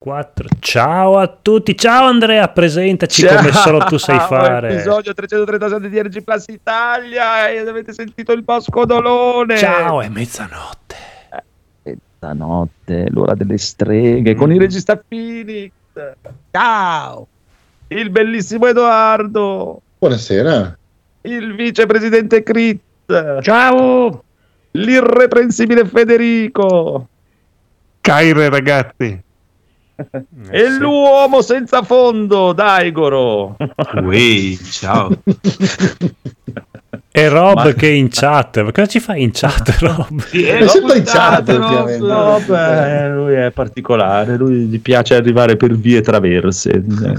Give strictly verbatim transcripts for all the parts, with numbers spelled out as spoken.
quattro. Ciao a tutti, ciao Andrea, presentaci ciao, come solo tu sai fare. Episodio trecentotrentasette di R G Plus Italia e avete sentito il Bosco Dolone. Ciao, è mezzanotte. Eh, mezzanotte, l'ora delle streghe, mm. con il regista Phoenix. Ciao. Il bellissimo Edoardo. Buonasera. Il vicepresidente Crit. Ciao. L'irreprensibile Federico. Caire ragazzi. Eh, e sì. L'uomo senza fondo, Daigoro. Uè, ciao. E Rob Ma... che è in chat. Ma cosa ci fai in chat, Rob? Sì, è sempre in chat, ovviamente. Rob, eh, lui è particolare, lui gli piace arrivare per vie traverse.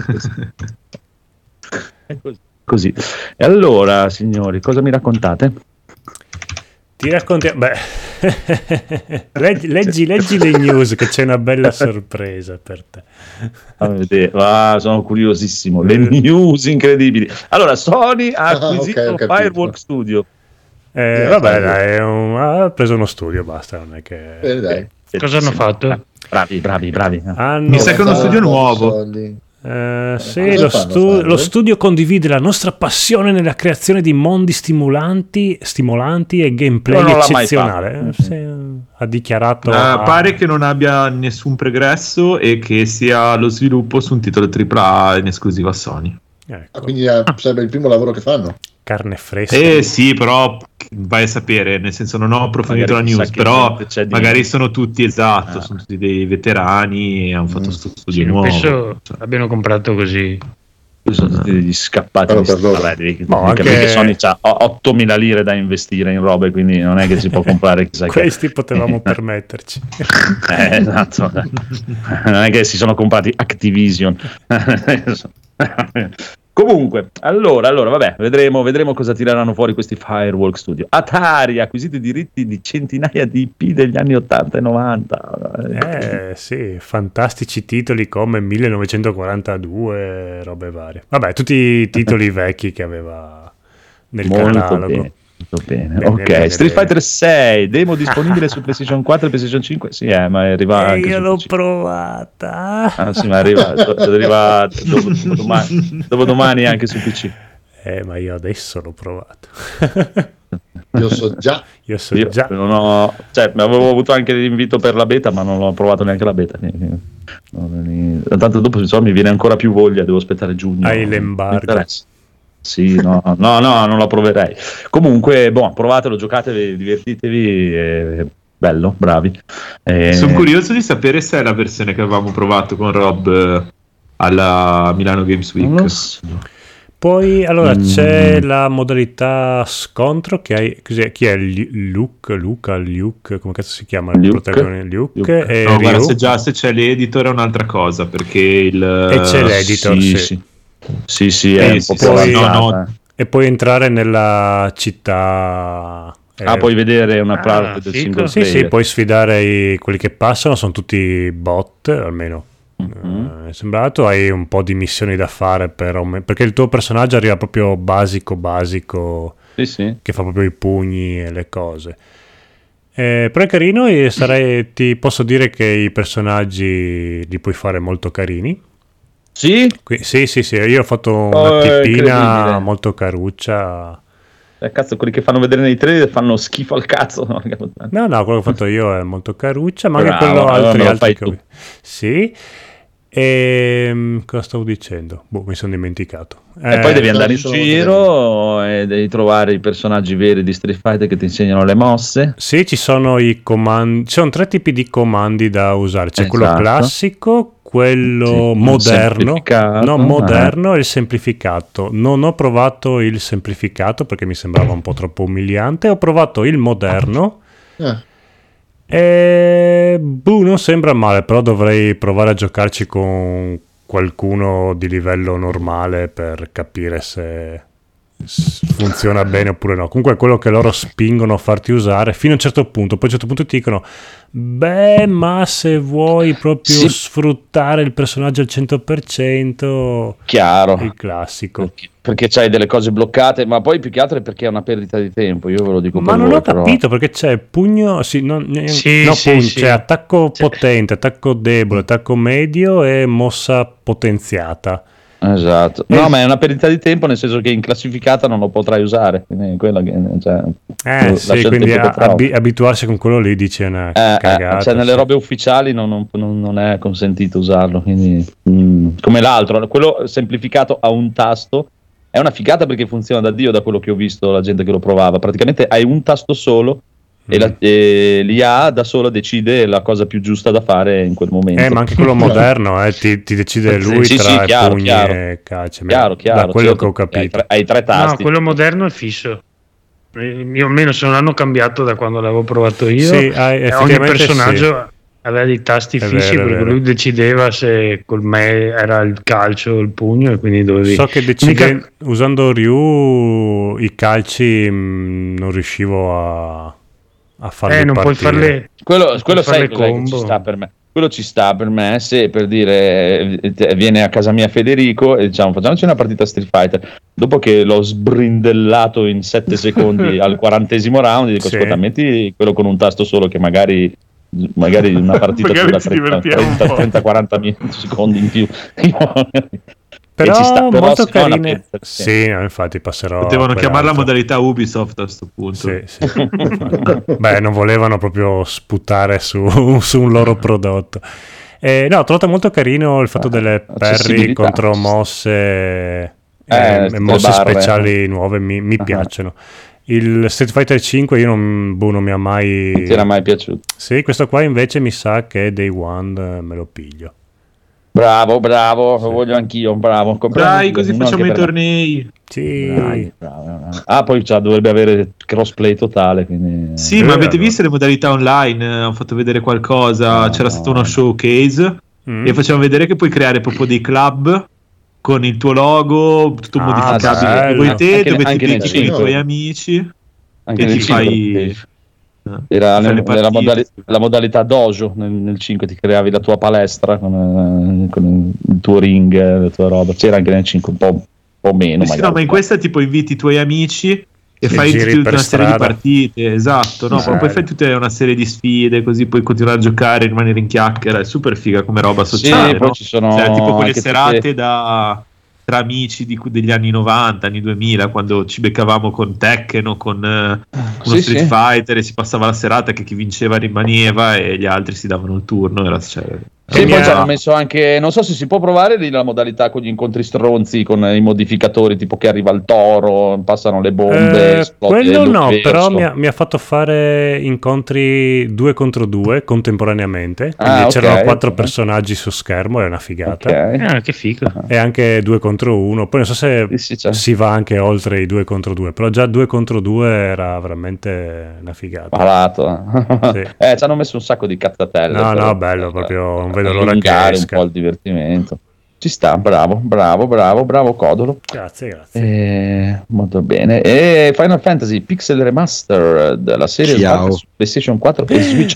È così. Così. E allora, signori, cosa mi raccontate? Ti raccontiamo, beh, leggi, leggi, leggi le news che c'è una bella sorpresa per te. Ah, sono curiosissimo, le news incredibili. Allora, Sony ha acquisito ah, okay, Firewalk Studio. Eh, yeah, vabbè, dai, è un, ha preso uno studio, basta, non è che... Eh, dai. Cosa hanno fatto? Bravi, bravi, bravi. Hanno... Mi sa che è uno studio nuovo. Soldi. Uh, sì, lo, stu- lo studio condivide la nostra passione nella creazione di mondi stimolanti, stimolanti e gameplay eccezionale. Sì, ha dichiarato. Uh, a... Pare che non abbia nessun progresso e che sia lo sviluppo su un titolo tripla A in esclusiva Sony. Ecco. Ah, quindi ah. sarebbe il primo lavoro che fanno? Carne fresca. Eh sì, però vai a sapere, nel senso non ho approfondito magari la news, però magari sono tutti esatto, ah. sono tutti dei veterani e hanno fatto sto studio sì, nuovo. Penso abbiano comprato così. Sono tutti degli scappati allora, di per vabbè, devi, no, anche... perché Sony ha ottomila lire da investire in robe, quindi non è che si può comprare chissà questi che... potevamo permetterci. Eh, esatto. Non è che si sono comprati Activision. Comunque, allora, allora, vabbè, vedremo, vedremo cosa tireranno fuori questi Firewalk Studio. Atari ha acquisito i diritti di centinaia di I P degli anni ottanta e novanta. Eh sì, fantastici titoli come millenovecentoquarantadue, robe varie. Vabbè, tutti i titoli vecchi che aveva nel Molto catalogo. Bene. Bene. Bene, Ok, bene, Street bene. Fighter sei, demo disponibile su PlayStation quattro e PlayStation cinque. Sì, eh, ma arriva E anche io su l'ho P C. provata. Ah, sì, ma arriva, arriva dopo, dopo, domani, dopo domani anche su P C. Eh, ma io adesso l'ho provato. Io so già. Io so Io già. non ho, cioè, avevo avuto anche l'invito per la beta, ma non l'ho provato neanche la beta. Tanto dopo insomma, mi viene ancora più voglia, devo aspettare giugno. Hai l'embargo. Sì, no, no, no, non la proverei. Comunque, boh, provatelo, giocatevi, divertitevi. Eh, bello, bravi. Eh, Sono curioso di sapere se è la versione che avevamo provato con Rob eh, alla Milano Games Week. So. Poi, allora, mm. c'è la modalità scontro che hai, cos'è, chi è? Luke, Luca, Luke, come cazzo si chiama il Luke. protagonista? Luke, Luke. e no, Ryu. guarda, se già se c'è l'editor è un'altra cosa, perché il... E c'è l'editor, sì, sì. sì. Sì, sì, è Eh, un sì, po' poi- più no, avanzata. no. E puoi entrare nella città. Ah, puoi vedere una Ah, parte del figo. single Sì, player. sì, puoi sfidare i, quelli che passano, sono tutti bot, almeno Mhm. eh, è sembrato. Hai un po' di missioni da fare per aument- perché il tuo personaggio arriva proprio basico, basico, Sì, sì. che fa proprio i pugni e le cose. Eh, però è carino e sarei, ti posso dire che i personaggi li puoi fare molto carini. Sì? Qui- sì, sì, sì, io ho fatto una Oh, è tippina incredibile. molto caruccia. Eh, cazzo, quelli che fanno vedere nei trailer fanno schifo al cazzo. No, No, no, quello che ho fatto io è molto caruccia, ma anche Bravo, quello allora altri, me lo altri fai che tu. ho- Sì. E cosa stavo dicendo? Boh, mi sono dimenticato. E Eh, poi devi andare in sono giro e devi trovare i personaggi veri di Street Fighter che ti insegnano le mosse. Sì, ci sono i comandi, ci sono tre tipi di comandi da usare. C'è quello Esatto. classico, quello Sì, il moderno, semplificato, no, ah. moderno e il semplificato. Non ho provato il semplificato perché mi sembrava un po' troppo umiliante. Ho provato il moderno. Eh, E boh, non sembra male, però dovrei provare a giocarci con qualcuno di livello normale per capire se funziona bene oppure no. Comunque è quello che loro spingono a farti usare fino a un certo punto, poi a un certo punto ti dicono beh, ma se vuoi proprio sì. sfruttare il personaggio al cento per cento, chiaro, il classico, perché, perché c'hai delle cose bloccate, ma poi più che altro è perché è una perdita di tempo, io ve lo dico. Ma per non voi, ho capito però. Perché c'è pugno, sì, non, sì, no, sì, pugno, sì. c'è attacco C'è. potente, attacco debole, attacco medio e mossa potenziata. Esatto, no, eh. ma è una perdita di tempo, nel senso che in classificata non lo potrai usare, quindi quella che, cioè, eh sì, quindi ab- abituarsi con quello lì dice una eh, cagata, eh, cioè nelle sì. robe ufficiali non, non, non è consentito usarlo, quindi mh, come l'altro, quello semplificato a un tasto è una figata perché funziona da Dio, da quello che ho visto la gente che lo provava, praticamente hai un tasto solo e, la, e l'I A da sola decide la cosa più giusta da fare in quel momento. Eh, ma anche quello moderno eh, ti, ti decide lui sì, tra sì, chiaro, pugni chiaro. e calci. Chiaro, chiaro, da quello certo, che ho capito. Hai tre, hai tre tasti. No, quello moderno è fisso. Io almeno se non l'hanno cambiato da quando l'avevo provato io. Sì, hai, ogni personaggio sì. aveva dei tasti è fissi vero, perché lui decideva se col me era il calcio o il pugno e quindi dovevi. So che decide, Mica... usando Ryu i calci mh, non riuscivo a a farli eh, non partire. puoi farle quello, quello sai che ci sta per me. Quello ci sta per me se per dire eh, viene a casa mia Federico e diciamo facciamoci una partita Street Fighter, dopo che l'ho sbrindellato in sette secondi al quarantesimo round dico sì. ascolta metti quello con un tasto solo che magari magari una partita dura trenta quaranta secondi in più. Però, sta, però molto carine. Sì, no, infatti passerò. Potevano chiamarla modalità Ubisoft a questo punto. Sì, sì. Beh, non volevano proprio sputare su, su un loro prodotto. Eh, no, ho trovato molto carino il fatto delle parry contro mosse eh, e mosse barre, speciali eh. nuove, mi, mi uh-huh. piacciono. Il Street Fighter cinque io non, boh, non mi ha mai... Non ti era mai piaciuto? Sì, questo qua invece mi sa che Day One me lo piglio. Bravo, bravo, lo sì. voglio anch'io, bravo. Dai, così facciamo i tornei. Sì. Dai, bravo, bravo. Ah, poi cioè, dovrebbe avere crossplay totale. Quindi... Sì, eh, ma avete visto le modalità online? Hanno fatto vedere qualcosa, no, c'era no. stato uno showcase mm. e facevano vedere che puoi creare proprio dei club con il tuo logo, tutto ah, modificabile. Vuoi te, anche, dove anche ti metti con i tuoi amici anche e ti fai... Era le, la, modali- la modalità dojo nel, nel cinque, ti creavi la tua palestra con, eh, con il tuo ring, la tua roba. C'era anche nel cinque un po', un po' meno. Sì, no, ma in questa tipo inviti i tuoi amici e, e fai tutta una strada. serie di partite, esatto, no? Poi fai tutta una serie di sfide, così puoi continuare a giocare, rimanere in chiacchiera, è super figa come roba sociale. Sì, no? Poi ci sono cioè, tipo quelle serate tutte... da tra amici di, degli anni novanta, anni duemila, quando ci beccavamo con Tekken o con uh, uno sì, Street sì. Fighter e si passava la serata che chi vinceva rimaneva e gli altri si davano il turno. Era, cioè, sì, poi ci hanno messo anche, non so se si può provare lì la modalità con gli incontri stronzi, con i modificatori, tipo che arriva il toro, passano le bombe, eh, quello no, però mi ha, mi ha fatto fare incontri due contro due contemporaneamente, quindi ah, c'erano okay, quattro okay. personaggi su schermo, è una figata. Okay. Ah, che figo. E anche due contro uno, poi non so se sì, sì, si va anche oltre i due contro due, però già due contro due era veramente una figata. Malato. Sì. Eh, ci hanno messo un sacco di cazzatelle. No, no, bello, proprio non vedo l'ora che esca. Un po' il divertimento. Ci sta, bravo, bravo, bravo, bravo Codolo. Grazie, grazie. Eh, molto bene. E Final Fantasy Pixel Remastered, la serie su PlayStation quattro e Switch.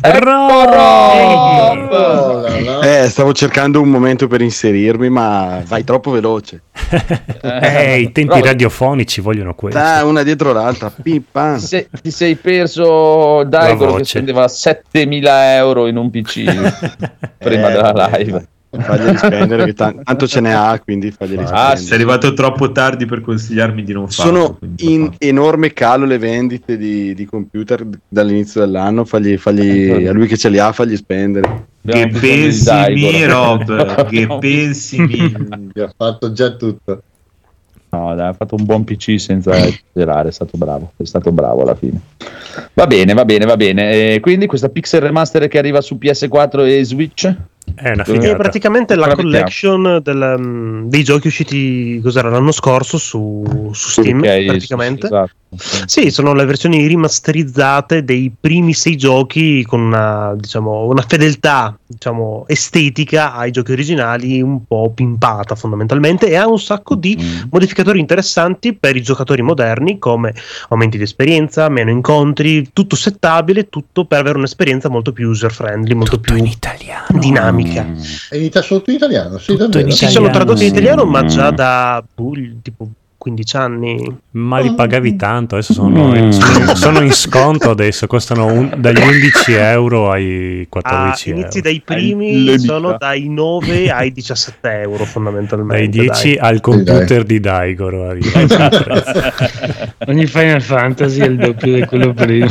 Rob! Eh, stavo cercando un momento per inserirmi, ma vai troppo veloce. Eh, i tempi Rob. radiofonici vogliono questo. Ah, una dietro l'altra. Pippa. Ti sei, ti sei perso Daigoro che spendeva settemila euro in un P C prima eh, della live. Faglieli spendere, che t- tanto ce ne ha, quindi faglieli spendere. Ah, sei arrivato troppo tardi per consigliarmi di non farlo. Sono in enorme calo le vendite di, di computer dall'inizio dell'anno. Fagli, fagli, a lui che ce li ha, fagli spendere. Che pensi mi, Rob? Che pensi mi? Vi ha fatto già tutto. No, dai, ha fatto un buon P C senza esagerare, è stato bravo, è stato bravo alla fine. Va bene, va bene, va bene. E quindi questa Pixel Remaster che arriva su P S quattro e Switch? È una figata. È praticamente la collection del, um, dei giochi usciti cos'era l'anno scorso su, su Steam, okay, praticamente. Su, esatto. Sì, sono le versioni rimasterizzate dei primi sei giochi con una, diciamo, una fedeltà, diciamo, estetica ai giochi originali un po' pimpata fondamentalmente, e ha un sacco di mm. modificatori interessanti per i giocatori moderni, come aumenti di esperienza, meno incontri, tutto settabile, tutto per avere un'esperienza molto più user friendly, molto tutto più in italiano. dinamica. Mm. E in ita- sotto in italiano? Sì, Tutto in Sì, italiano. sono tradotti in italiano, ma Mm. già da uh, tipo quindici anni. Ma li pagavi tanto, adesso sono, mm. sono, sono in sconto adesso, costano un, dagli undici euro ai quattordici ah, euro. inizi dai primi, sono dai nove ai diciassette euro fondamentalmente. Dai dieci dai. Al computer sì, di Daigoro arriva. Ogni Final Fantasy è il doppio di quello prima.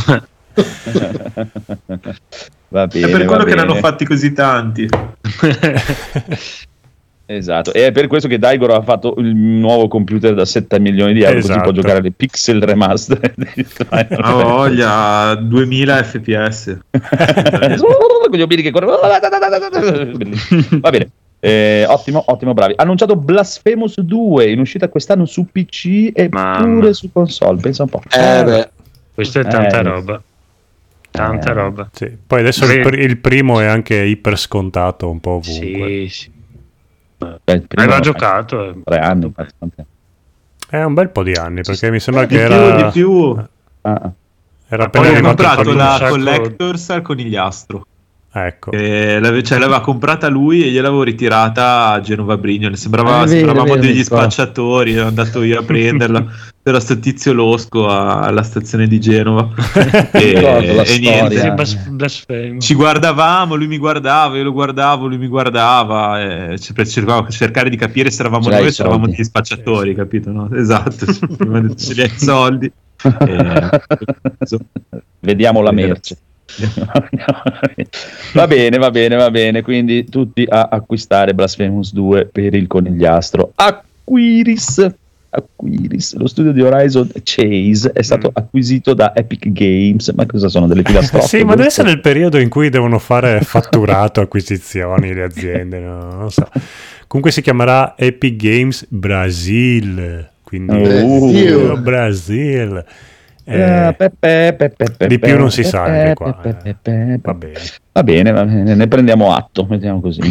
Va bene, è per quello che bene. ne hanno fatti così tanti. Esatto, e è per questo che Daigoro ha fatto il nuovo computer da sette milioni di euro, esatto. Così può giocare alle pixel remaster. Ha voglia, duemila F P S. Con gli obiettivi che corrono. Va bene. Eh, ottimo, ottimo, bravi. Annunciato Blasphemous due in uscita quest'anno su P C e Mamma. pure su console. Pensa un po'. Eh, beh. Questa è tanta eh. roba. Tanta eh. roba. Sì. Poi adesso il, pr- il primo è anche iper scontato un po' ovunque. Sì, sì. Beh, aveva giocato eh. tre anni. È un bel po' di anni, perché mi sembra eh, che di era più, di più. Ah. Era appena poi ho comprato la sacco... Collectors al conigliastro. Ecco. Che l'ave, cioè, l'aveva comprata lui e gliel'avevo ritirata a Genova Brigno. Sembrava, eh, sembravamo vero, degli vero, spacciatori. Ero andato io a prenderla. C'era sto tizio losco a, alla stazione di Genova. e e niente. Blasfemo. Ci guardavamo, lui mi guardava, io lo guardavo, lui mi guardava. E cercavo di cercare di capire se eravamo noi o se eravamo degli spacciatori, sì, capito? No? Esatto. Ce li hai soldi. E... Vediamo la merce. Va bene, va bene, va bene. Quindi tutti a acquistare Blasphemous due per il conigliastro. Acquiris, Acquiris, lo studio di Horizon Chase è stato mm. acquisito da Epic Games. Ma cosa sono, delle filastrocche? Sì, ma deve essere il periodo in cui devono fare fatturato, acquisizioni le aziende, no? Non so. Comunque si chiamerà Epic Games Brasil, quindi uh, Brasil. Eh, pe, pe, pe, pe, pe, di più non si pe, sa pe, anche qua. Pe, pe, pe, pe. Va bene. Va bene, va bene, ne prendiamo atto, mettiamo così.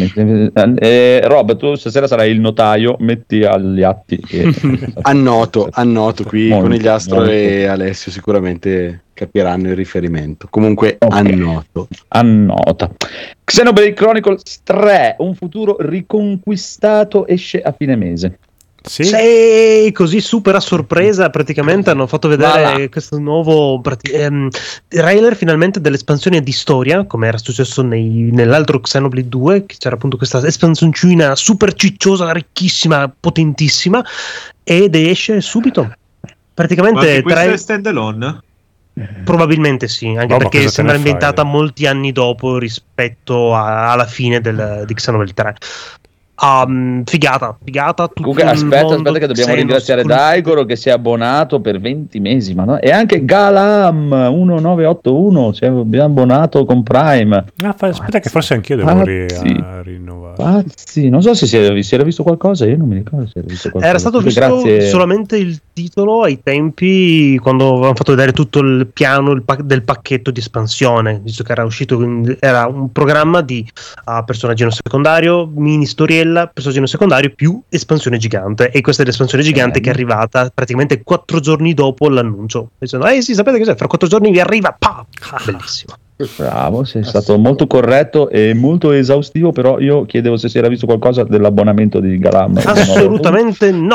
Eh, Rob, tu stasera sarai il notaio, metti agli atti. Che... annoto, annoto qui molto, Conigliastro molto. E Alessio sicuramente capiranno il riferimento. Comunque okay. annoto. Annota. Xenoblade Chronicles tre, un futuro riconquistato, esce a fine mese. Sì. Sì, così super a sorpresa praticamente hanno fatto vedere voilà. questo nuovo ehm, trailer finalmente dell'espansione di storia, come era successo nei, nell'altro Xenoblade due, che c'era appunto questa espansioncina super cicciosa, ricchissima, potentissima, ed esce subito praticamente. Ma questo è stand alone? Probabilmente sì, anche no, perché sembra ambientata molti anni dopo rispetto a, alla fine del, di Xenoblade tre. Um, figata, figata. Comunque, aspetta, aspetta, che dobbiamo ringraziare Daigoro che si è abbonato per venti mesi. Ma no? E anche Galam millenovecentottantuno si è abbonato con Prime. Ah, aspetta, Pazzi. Che forse anch'io devo ri- rinnovare. Pazzi. Non so se si era, si era visto qualcosa. Io non mi ricordo se era visto qualcosa. Era stato visto grazie... solamente il titolo ai tempi, quando avevano fatto vedere tutto il piano il pac- del pacchetto di espansione, visto che era uscito, era un programma di uh, personaggino secondario, mini storiella, personaggino secondario più espansione gigante, e questa è l'espansione gigante eh. che è arrivata praticamente quattro giorni dopo l'annuncio, dicendo eh sì, sapete cos'è, fra quattro giorni vi arriva, pa! Bellissimo. Bravo, sei stato molto corretto e molto esaustivo, però io chiedevo se si era visto qualcosa dell'abbonamento di Galam. Assolutamente no.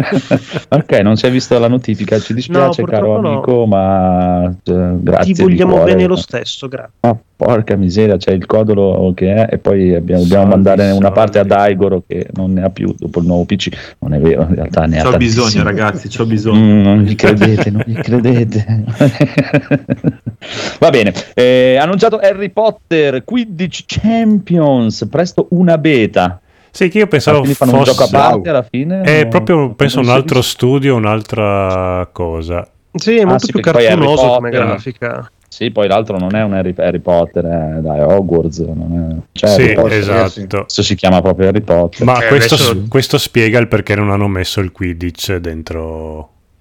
Ok, non si è vista la notifica, ci dispiace, no, caro amico, no. ma cioè, grazie. Ti vogliamo bene lo stesso, grazie. Ah, porca miseria, c'è il codolo che è, e poi abbiamo, dobbiamo soldi, mandare soldi. Una parte a Daigoro che non ne ha più dopo il nuovo P C. Non è vero, in realtà ne ha c'ho bisogno, ragazzi, c'ho bisogno. Mm, non gli credete, non gli credete. Va bene, eh, annunciato Harry Potter Quidditch Champions, presto una beta. Sì, che io pensavo fosse un gioco a parte alla fine. È proprio, penso, un altro visto? studio, un'altra cosa. Sì, è molto ah, più sì, cartunoso come grafica. Sì, poi l'altro non è un Harry, Harry Potter, è, dai, Hogwarts, non è, cioè sì, Harry Potter, esatto. Questo si chiama proprio Harry Potter. Ma eh, questo, adesso... questo spiega il perché non hanno messo il Quidditch dentro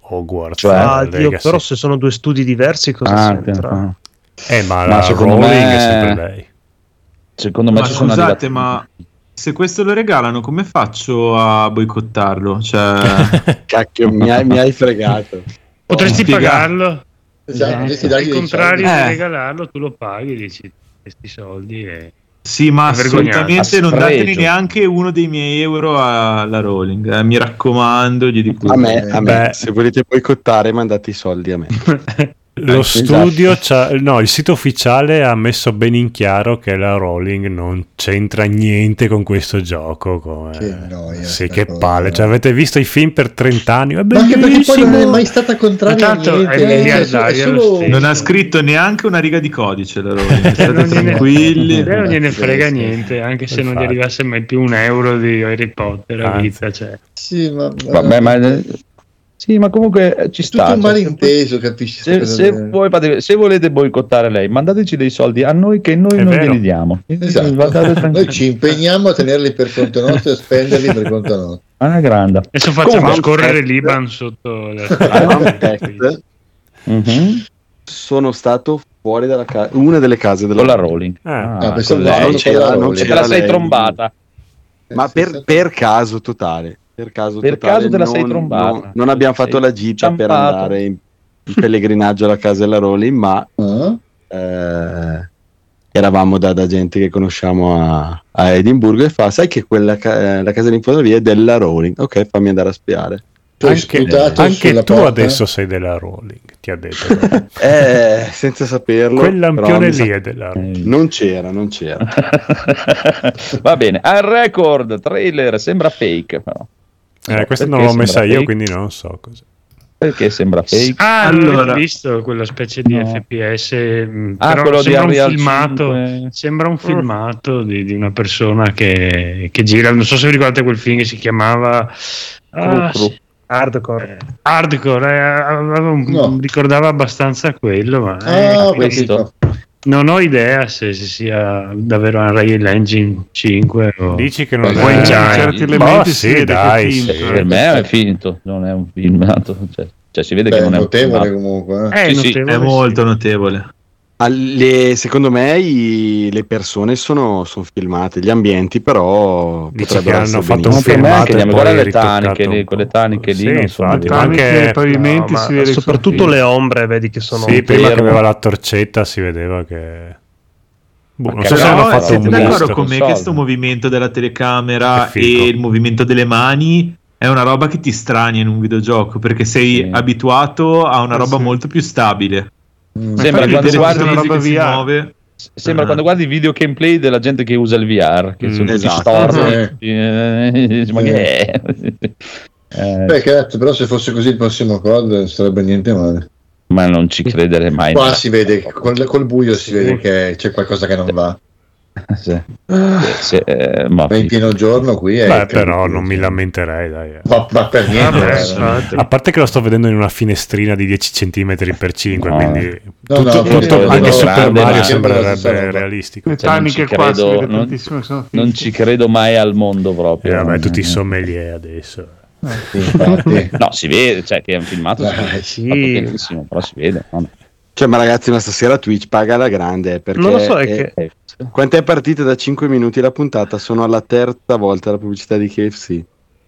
Hogwarts. Cioè, ah, Dio, però se sono due studi diversi cosa ah, c'entra? Eh, ma, ma la Rowling me... è sempre lei. Secondo me ma ci scusate, sono arrivati... ma se questo lo regalano, come faccio a boicottarlo? Cioè... Cacchio, mi hai, mi hai fregato. Potresti pagarlo. Esatto, esatto. Al contrario di eh. regalarlo, tu lo paghi, dici questi soldi e... Sì, ma assolutamente non datemi neanche uno dei miei euro alla Rowling, eh, mi raccomando, gli dico a me, a me. Se volete boicottare mandate i soldi a me. Lo studio c'ha, no, il sito ufficiale ha messo ben in chiaro che la Rowling non c'entra niente con questo gioco. Come... Che noia, sì, che palle. Cioè, avete visto i film per trenta anni? È ma anche perché poi non è mai stata contraria a niente. È è solo... Non ha scritto neanche una riga di codice la Rowling. State tranquilli. Non gliene frega niente, anche se non gli arrivasse mai più un euro di Harry Potter a vita. Cioè. Sì, ma... Vabbè, ma... Sì, ma comunque ci sta. Tutto un malinteso, capisci? Se, se, voi, se volete boicottare lei, mandateci dei soldi a noi che noi è non glieli diamo. Esatto. Noi ci impegniamo a tenerli per conto nostro e a spenderli per conto nostro. Una grande. Adesso facciamo Come scorrere l'Iban sotto la... mm-hmm. Sono stato fuori dalla casa, una delle case della con la Rowling. Ah, ah, ah, con lei. Non c'era, non c'era te la sei lei. trombata. Ma per, per caso totale. Per caso, per totale, caso te la non, sei trombata. Non, non abbiamo fatto la gita ciampato. per andare in, in pellegrinaggio alla casa della Rowling, ma uh-huh. eh, eravamo da, da gente che conosciamo a, a Edimburgo e fa, sai che quella ca- la casa di infonderia è della Rowling? Ok, fammi andare a spiare. Anche, anche tu porta? Adesso sei della Rowling, ti ha detto. eh, senza saperlo. Quel lampione lì è della Rowling. Non c'era, non c'era. Va bene, al record trailer sembra fake però. Eh, questo non l'ho messa io, fake? Quindi non so cosa. Perché sembra fake? Ah, allora, ho visto quella specie di no. F P S. Ah, però quello sembra di un filmato. cinque. Sembra un filmato di, di una persona che, che gira. Non so se vi ricordate quel film che si chiamava ah, cru, cru. Hardcore. Eh, hardcore, eh, no. ricordava abbastanza quello, ma ah, eh, questo. Non ho idea se, se sia davvero Unreal Engine cinque o... Dici che non è in certi elementi oh, sì, dai, sì, per me è finto, non è un filmato, cioè, cioè si vede Beh, che non è notevole un comunque eh. Eh, sì, notevole, è molto sì. notevole. Alle, secondo me i, le persone sono, sono filmate, gli ambienti però dici che hanno fatto benissimo. un filmato che guarda le taniche lì, quelle taniche lì sì, non sono infatti, anche i pavimenti no, si vede soprattutto le ombre vedi che sono sì, prima che aveva la torcetta si vedeva che boh, non so se hanno fatto siete un d'accordo con me che questo movimento della telecamera e il movimento delle mani è una roba che ti strania in un videogioco perché sei sì. abituato a una roba sì. molto più stabile. Mm. Sembra quando guardi una roba V R. Sembra uh-huh. quando guardi video gameplay della gente che usa il V R, che mm, sono esatto. tutti storti. Eh. Ma che è? Eh. Beh, cazzo, però se fosse così il prossimo C O D non sarebbe niente male. Ma non ci credere mai. Qua si vede, col, col buio si vede che c'è qualcosa che non va. Sì. Sì, eh, ma in pieno giorno qui è beh però non mi lamenterei dai. Ma, ma per niente Vabbè, a parte che lo sto vedendo in una finestrina di dieci centimetri per cinque no. quindi no, tutto, no, tutto, no, anche no, Super no, Mario no, sembrerebbe no, realistico le cioè, taniche qua si vede non, tantissimo non ci credo mai al mondo proprio eh, vabbè tutti i sommelier adesso eh. no si vede cioè che è un filmato Dai, sì. benissimo però si vede no? Cioè, ma ragazzi, ma stasera Twitch paga la grande perché non lo so, è è, che... quante partite da cinque minuti la puntata sono alla terza volta la pubblicità di K F C.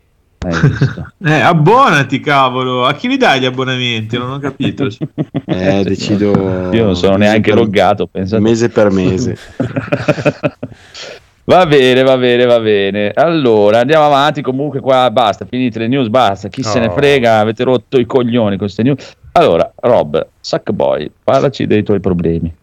eh, abbonati, cavolo. A chi li dai gli abbonamenti? Non ho capito. Eh, decido. Io non sono neanche per... loggato, pensate. Mese per mese. Va bene, va bene, va bene. Allora, andiamo avanti. Comunque qua basta, finite le news, basta. Chi oh. se ne frega, avete rotto i coglioni con queste news. Allora, Rob, Sackboy, parlaci dei tuoi problemi.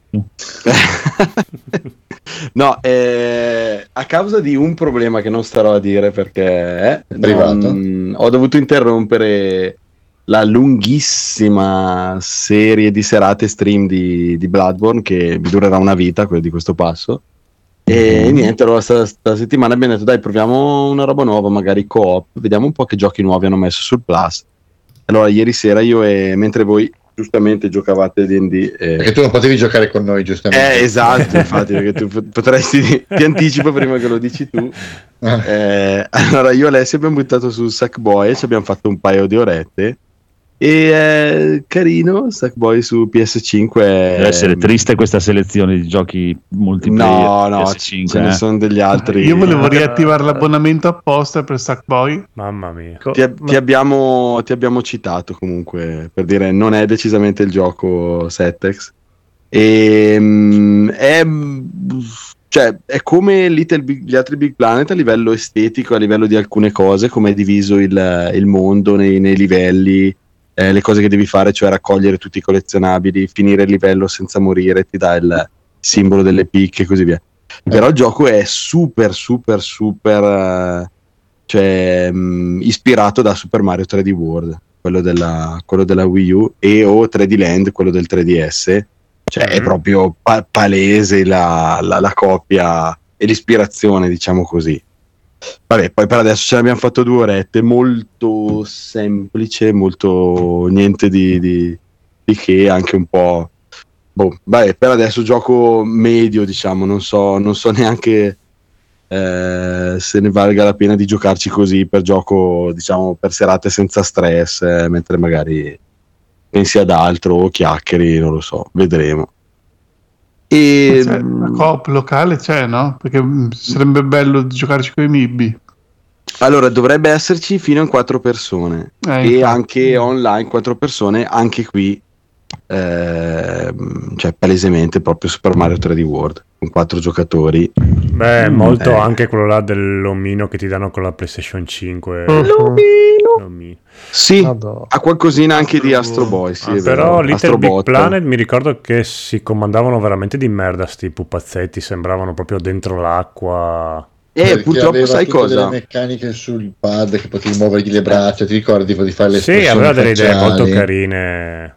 No, eh, a causa di un problema che non starò a dire perché eh, non, ho dovuto interrompere la lunghissima serie di serate stream di, di Bloodborne che mi durerà una vita, quello di questo passo. E mm-hmm. niente, allora sta, sta settimana abbiamo detto dai proviamo una roba nuova, magari co-op, vediamo un po' che giochi nuovi hanno messo sul Plus. Allora ieri sera io e mentre voi giustamente giocavate D and D eh... perché tu non potevi giocare con noi giustamente eh esatto infatti perché tu potresti ti anticipo prima che lo dici tu eh, allora io e Alessia abbiamo buttato su Sackboy e ci abbiamo fatto un paio di orette E è carino Sackboy su P S cinque. Deve essere triste questa selezione di giochi multiplayer. No, no, P S cinque, ce eh? ne sono degli altri. Io volevo riattivare l'abbonamento apposta per Sackboy. Mamma mia. Ti, ti, abbiamo, ti abbiamo citato comunque per dire non è decisamente il gioco Settex. E, um, è, cioè, è come Little Big, gli altri Big Planet a livello estetico, a livello di alcune cose, come è diviso il, il mondo nei, nei livelli. Eh, le cose che devi fare, cioè raccogliere tutti i collezionabili, finire il livello senza morire, ti dà il simbolo delle picche e così via. Però il gioco è super super super uh, cioè mh, ispirato da Super Mario tre D World, quello della, quello della Wii U, e o tre D Land, quello del tre D S. Cioè mm-hmm. è proprio pa- palese la, la, la copia e l'ispirazione, diciamo così. Vabbè, poi per adesso ce l'abbiamo fatto due orette, molto semplice, molto niente di, di, di che, anche un po'. Boh, vabbè, per adesso gioco medio, diciamo, non so, non so neanche eh, se ne valga la pena di giocarci così per gioco, diciamo, per serate senza stress, eh, mentre magari pensi ad altro o chiacchieri, non lo so, vedremo. E C'è una coop locale c'è, no? Perché sarebbe bello giocarci con i Mibbi. Allora, dovrebbe esserci fino a quattro persone eh, e infatti. anche online quattro persone, anche qui eh, cioè palesemente proprio Super Mario tre D World con quattro giocatori. Beh, mm, molto eh. anche quello là dell'omino che ti danno con la PlayStation cinque. L'omino! L'omino. Sì, Madonna. ha qualcosina anche di Astro Boy, sì, Ah, è però vero. Little Astro Big Bot. Planet mi ricordo che si comandavano veramente di merda sti pupazzetti, sembravano proprio dentro l'acqua. E Perché purtroppo aveva sai tutte cosa? delle meccaniche sul pad che potevi muovergli le braccia, ti ricordi tipo di fare le Sì, espressioni aveva delle idee facciali. molto carine,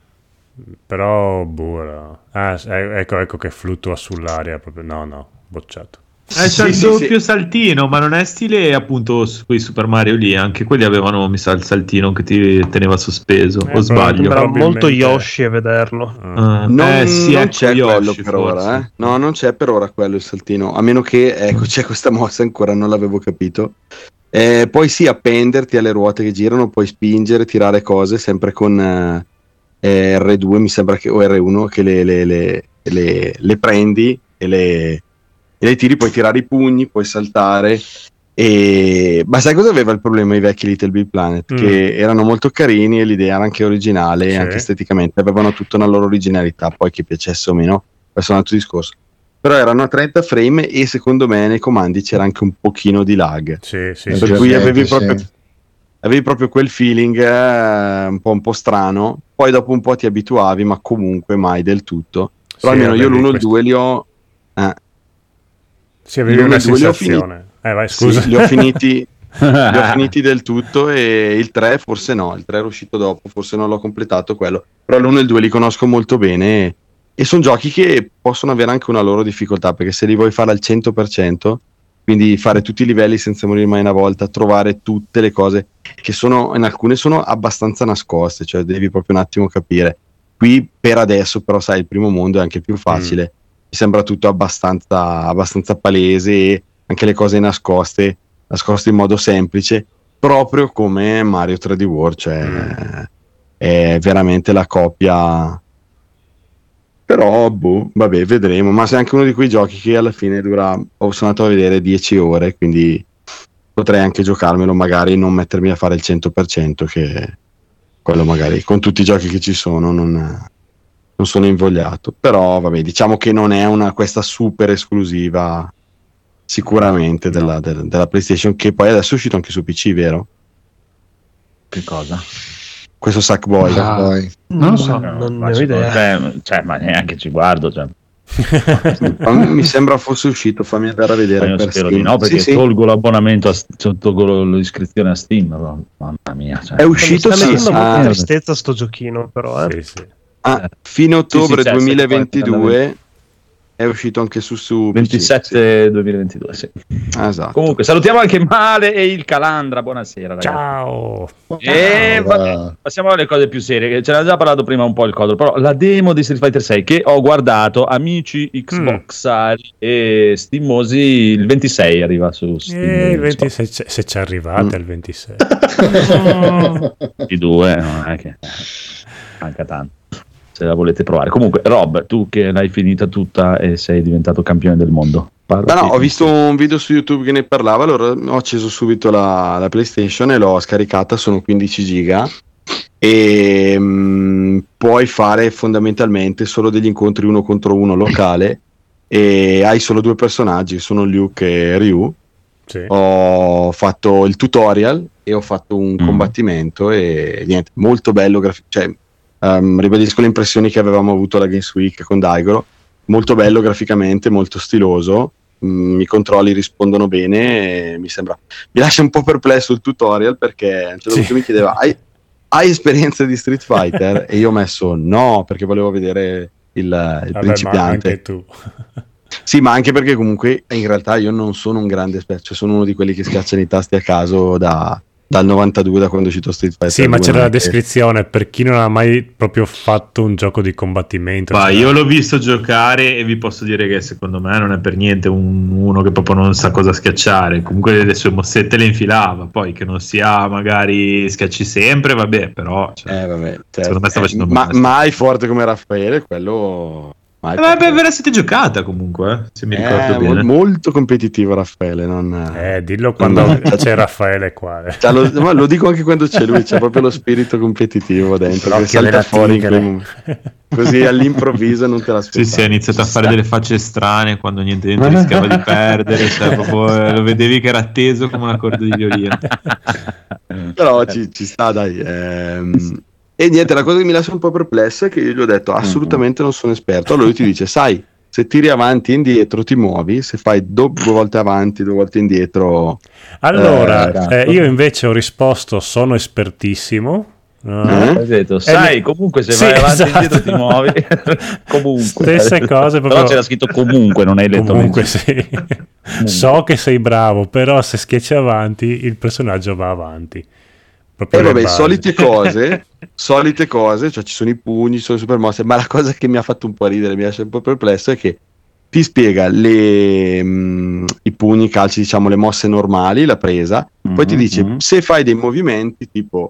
però boh, era- ah, ecco, ecco che fluttua sull'aria proprio. No, no, bocciato. Eh, c'è Sì, il sì, doppio sì. saltino, ma non è stile appunto su quei Super Mario lì. Anche quelli avevano, mi sa, il saltino che ti teneva sospeso. Eh, o sbaglio? Sembra probabilmente- molto Yoshi a vederlo. Ah. Ah, Non, eh, sì, non ecco, c'è Yoshi, quello per forse. ora, eh? No, non c'è per ora quello il saltino, a meno che, ecco, c'è questa mossa ancora, non l'avevo capito. Eh, poi sì, appenderti alle ruote che girano, puoi spingere, tirare cose, sempre con eh, eh, R due, mi sembra che, o R uno, che le, le, le, le, le prendi e le, e le tiri, puoi tirare i pugni, puoi saltare. E... ma sai cosa aveva il problema i vecchi Little Big Planet? Mm. Che erano molto carini e l'idea era anche originale, Sì. anche esteticamente avevano tutta una loro originalità, poi che piacesse o meno questo è un altro discorso, però erano a trenta frame e secondo me nei comandi c'era anche un pochino di lag, Sì, sì, Eh, sì. per cui sì, avevi sì. proprio, avevi proprio quel feeling eh, un po', un po' strano, poi dopo un po' ti abituavi, ma comunque mai del tutto. Però Sì, almeno io avevi l'uno e il questo- due li ho eh, Sì, avevi l'uno una e due li ho sensazione. Eh, vai, scusa. sì, li ho finiti li ho finiti del tutto, e il tre forse no, il tre era uscito dopo, forse non l'ho completato quello, però l'uno e il due li conosco molto bene e sono giochi che possono avere anche una loro difficoltà, perché se li vuoi fare al cento per cento, quindi fare tutti i livelli senza morire mai una volta, trovare tutte le cose che sono, in alcune sono abbastanza nascoste, cioè devi proprio un attimo capire. Qui per adesso però sai, il primo mondo è anche più facile, mi sembra tutto abbastanza, abbastanza palese, e anche le cose nascoste nascoste in modo semplice, proprio come Mario tre D World, cioè Mm. è veramente la copia. Però boh, vabbè, vedremo, ma se è anche uno di quei giochi che alla fine dura, ho sono andato a vedere dieci ore, quindi potrei anche giocarmelo, magari non mettermi a fare il cento per cento, che quello magari con tutti i giochi che ci sono non, non sono invogliato, però vabbè, diciamo che non è una questa super esclusiva sicuramente della, del- della PlayStation, che poi adesso è uscito anche su P C, vero? Che cosa? Questo Sackboy. Ah, poi. Non lo so. Non Ma ne ho secondo idea. te- cioè, ma neanche ci guardo. Cioè. Ma mi sembra fosse uscito, fammi andare a Ma vedere io per spero Steam. di no, perché Sì, sì. tolgo l'abbonamento, a, cioè, tolgo l'iscrizione a Steam. Però, mamma mia. Cioè. È uscito, Mi sta sì, mettendo molta ah, tristezza sto giochino, però. Eh. Sì, sì. ah, fine ottobre Sì, sì, c'è, duemilaventidue è uscito anche su, su ventisette sì. duemilaventidue, sì. Esatto. Comunque salutiamo anche Male e il Calandra, buonasera ragazzi. Ciao. E va, passiamo alle cose più serie, ce n'ha già parlato prima un po' il Codolo, però la demo di Street Fighter sei che ho guardato, amici Xbox mm. e stimosi, il ventisei arriva su Steam. Eh, il ventisei, se, se ci arrivate mm. il ventisei. I due, non è che manca tanto. Se la volete provare. Comunque, Rob, tu che l'hai finita tutta e sei diventato campione del mondo. No, no, ho visto un video su YouTube che ne parlava, allora ho acceso subito la, la PlayStation e l'ho scaricata, sono quindici giga e mh, puoi fare fondamentalmente solo degli incontri uno contro uno locale e hai solo due personaggi, sono Luke e Ryu. Sì. Ho fatto il tutorial e ho fatto un mm. combattimento e niente, molto bello, graf- cioè Um, ribadisco le impressioni che avevamo avuto alla Games Week con Daigoro, molto bello graficamente, molto stiloso, mm, i controlli rispondono bene e mi sembra, mi lascia un po' perplesso il tutorial perché a un certo punto sì. mi chiedeva hai, hai esperienza di Street Fighter? E io ho messo no perché volevo vedere il, il Vabbè, principiante. Ma anche tu. Sì, ma anche perché comunque in realtà io non sono un grande esperto, cioè sono uno di quelli che schiacciano i tasti a caso da dal novantadue, da quando è uscito Street Fighter. Sì, ma c'era la descrizione per chi non ha mai proprio fatto un gioco di combattimento. Ma cioè... io l'ho visto giocare e vi posso dire che secondo me non è per niente un, uno che proprio non sa cosa schiacciare. Comunque le sue mossette le infilava, poi che non sia magari schiacci sempre, vabbè, però cioè, eh, vabbè, certo. secondo me sta facendo eh, ma, mai forte come Raffaele, ve la siete giocata comunque, eh, se mi ricordo eh, bene. Molto competitivo Raffaele, non... Eh, dillo quando non... c'è Raffaele qua. Eh. Cioè, lo, ma lo dico anche quando c'è lui, c'è proprio lo spirito competitivo dentro, che salta fuori in quei... così all'improvviso non te l'aspetti. Sì, sì, ha iniziato a fare delle facce strane quando niente niente rischiava di perdere, cioè, proprio, lo vedevi che era atteso come una corda di violino. Però ci, ci sta, dai. Ehm... E niente, la cosa che mi lascia un po' perplesso è che io gli ho detto assolutamente non sono esperto. Allora lui ti dice, sai, se tiri avanti e indietro ti muovi, se fai due volte avanti, due volte indietro... Allora, eh, eh, io invece ho risposto sono espertissimo. Uh, eh? detto, sai, eh, comunque se sì, vai avanti e esatto. indietro ti muovi. Comunque. Stesse cose. Proprio... Però c'era scritto comunque, non hai letto. Comunque sì. Comunque. So che sei bravo, però se schiacci avanti il personaggio va avanti. E eh vabbè, solite cose, solite cose, cioè ci sono i pugni, ci sono le super mosse, ma la cosa che mi ha fatto un po' ridere, mi lascia un po' perplesso è che ti spiega le, mh, i pugni, i calci, diciamo le mosse normali, la presa, mm-hmm, poi ti dice mm-hmm. se fai dei movimenti tipo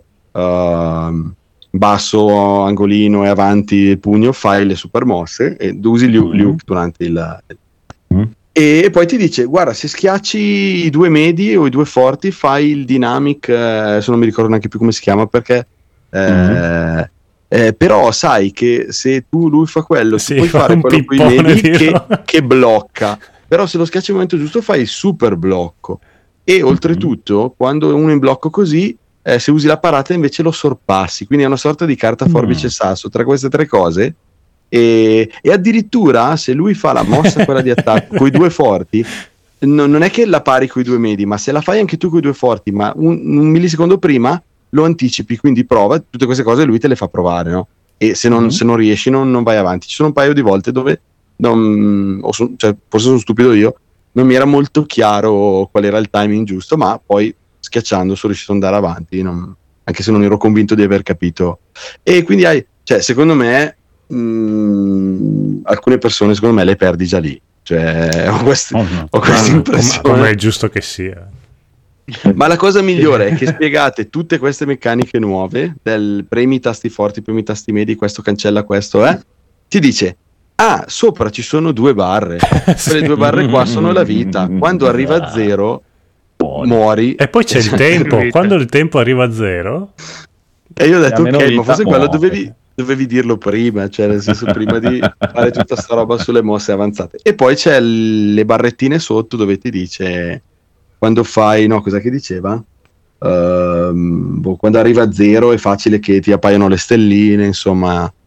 uh, basso, angolino e avanti il pugno, fai le super mosse e usi mm-hmm. Luke durante il... Mm-hmm. E poi ti dice, guarda, se schiacci i due medi o i due forti, fai il dynamic, eh, se non mi ricordo neanche più come si chiama, perché... Eh, mm-hmm. eh, però sai che se tu lui fa quello, sì, puoi fare quello con i medi che, che blocca. Però se lo schiacci al momento giusto fai il super blocco. E mm-hmm. oltretutto, quando uno è in blocco così, eh, se usi la parata invece lo sorpassi. Quindi è una sorta di carta forbice mm. sasso. Tra queste tre cose... E, e addirittura se lui fa la mossa quella di attacco con i due forti no, non è che la pari con i due medi, ma se la fai anche tu con i due forti ma un, un millisecondo prima lo anticipi, quindi prova tutte queste cose, lui te le fa provare, no? E se non, mm-hmm. se non riesci non, non vai avanti. Ci sono un paio di volte dove non, o so, cioè, forse sono stupido io, non mi era molto chiaro qual era il timing giusto, ma poi schiacciando sono riuscito ad andare avanti, non, anche se non ero convinto di aver capito. E quindi hai, cioè secondo me Mm, alcune persone secondo me le perdi già lì, cioè ho questa oh no. impressione, come, come è giusto che sia. Ma la cosa migliore è che spiegate tutte queste meccaniche nuove del premi i tasti forti, premi i tasti medi, questo cancella questo, eh? Ti dice ah, sopra ci sono due barre, sì. Quelle due barre qua sono la vita, quando arriva a zero muori. E poi c'è il tempo, quando il tempo arriva a zero e io ho detto ok, ma forse quello dovevi dovevi dirlo prima, cioè nel senso prima di fare tutta sta roba sulle mosse avanzate. E poi c'è l- le barrettine sotto dove ti dice quando fai, no, cosa che diceva? Uh, boh, quando arriva a zero è facile che ti appaiono le stelline, insomma.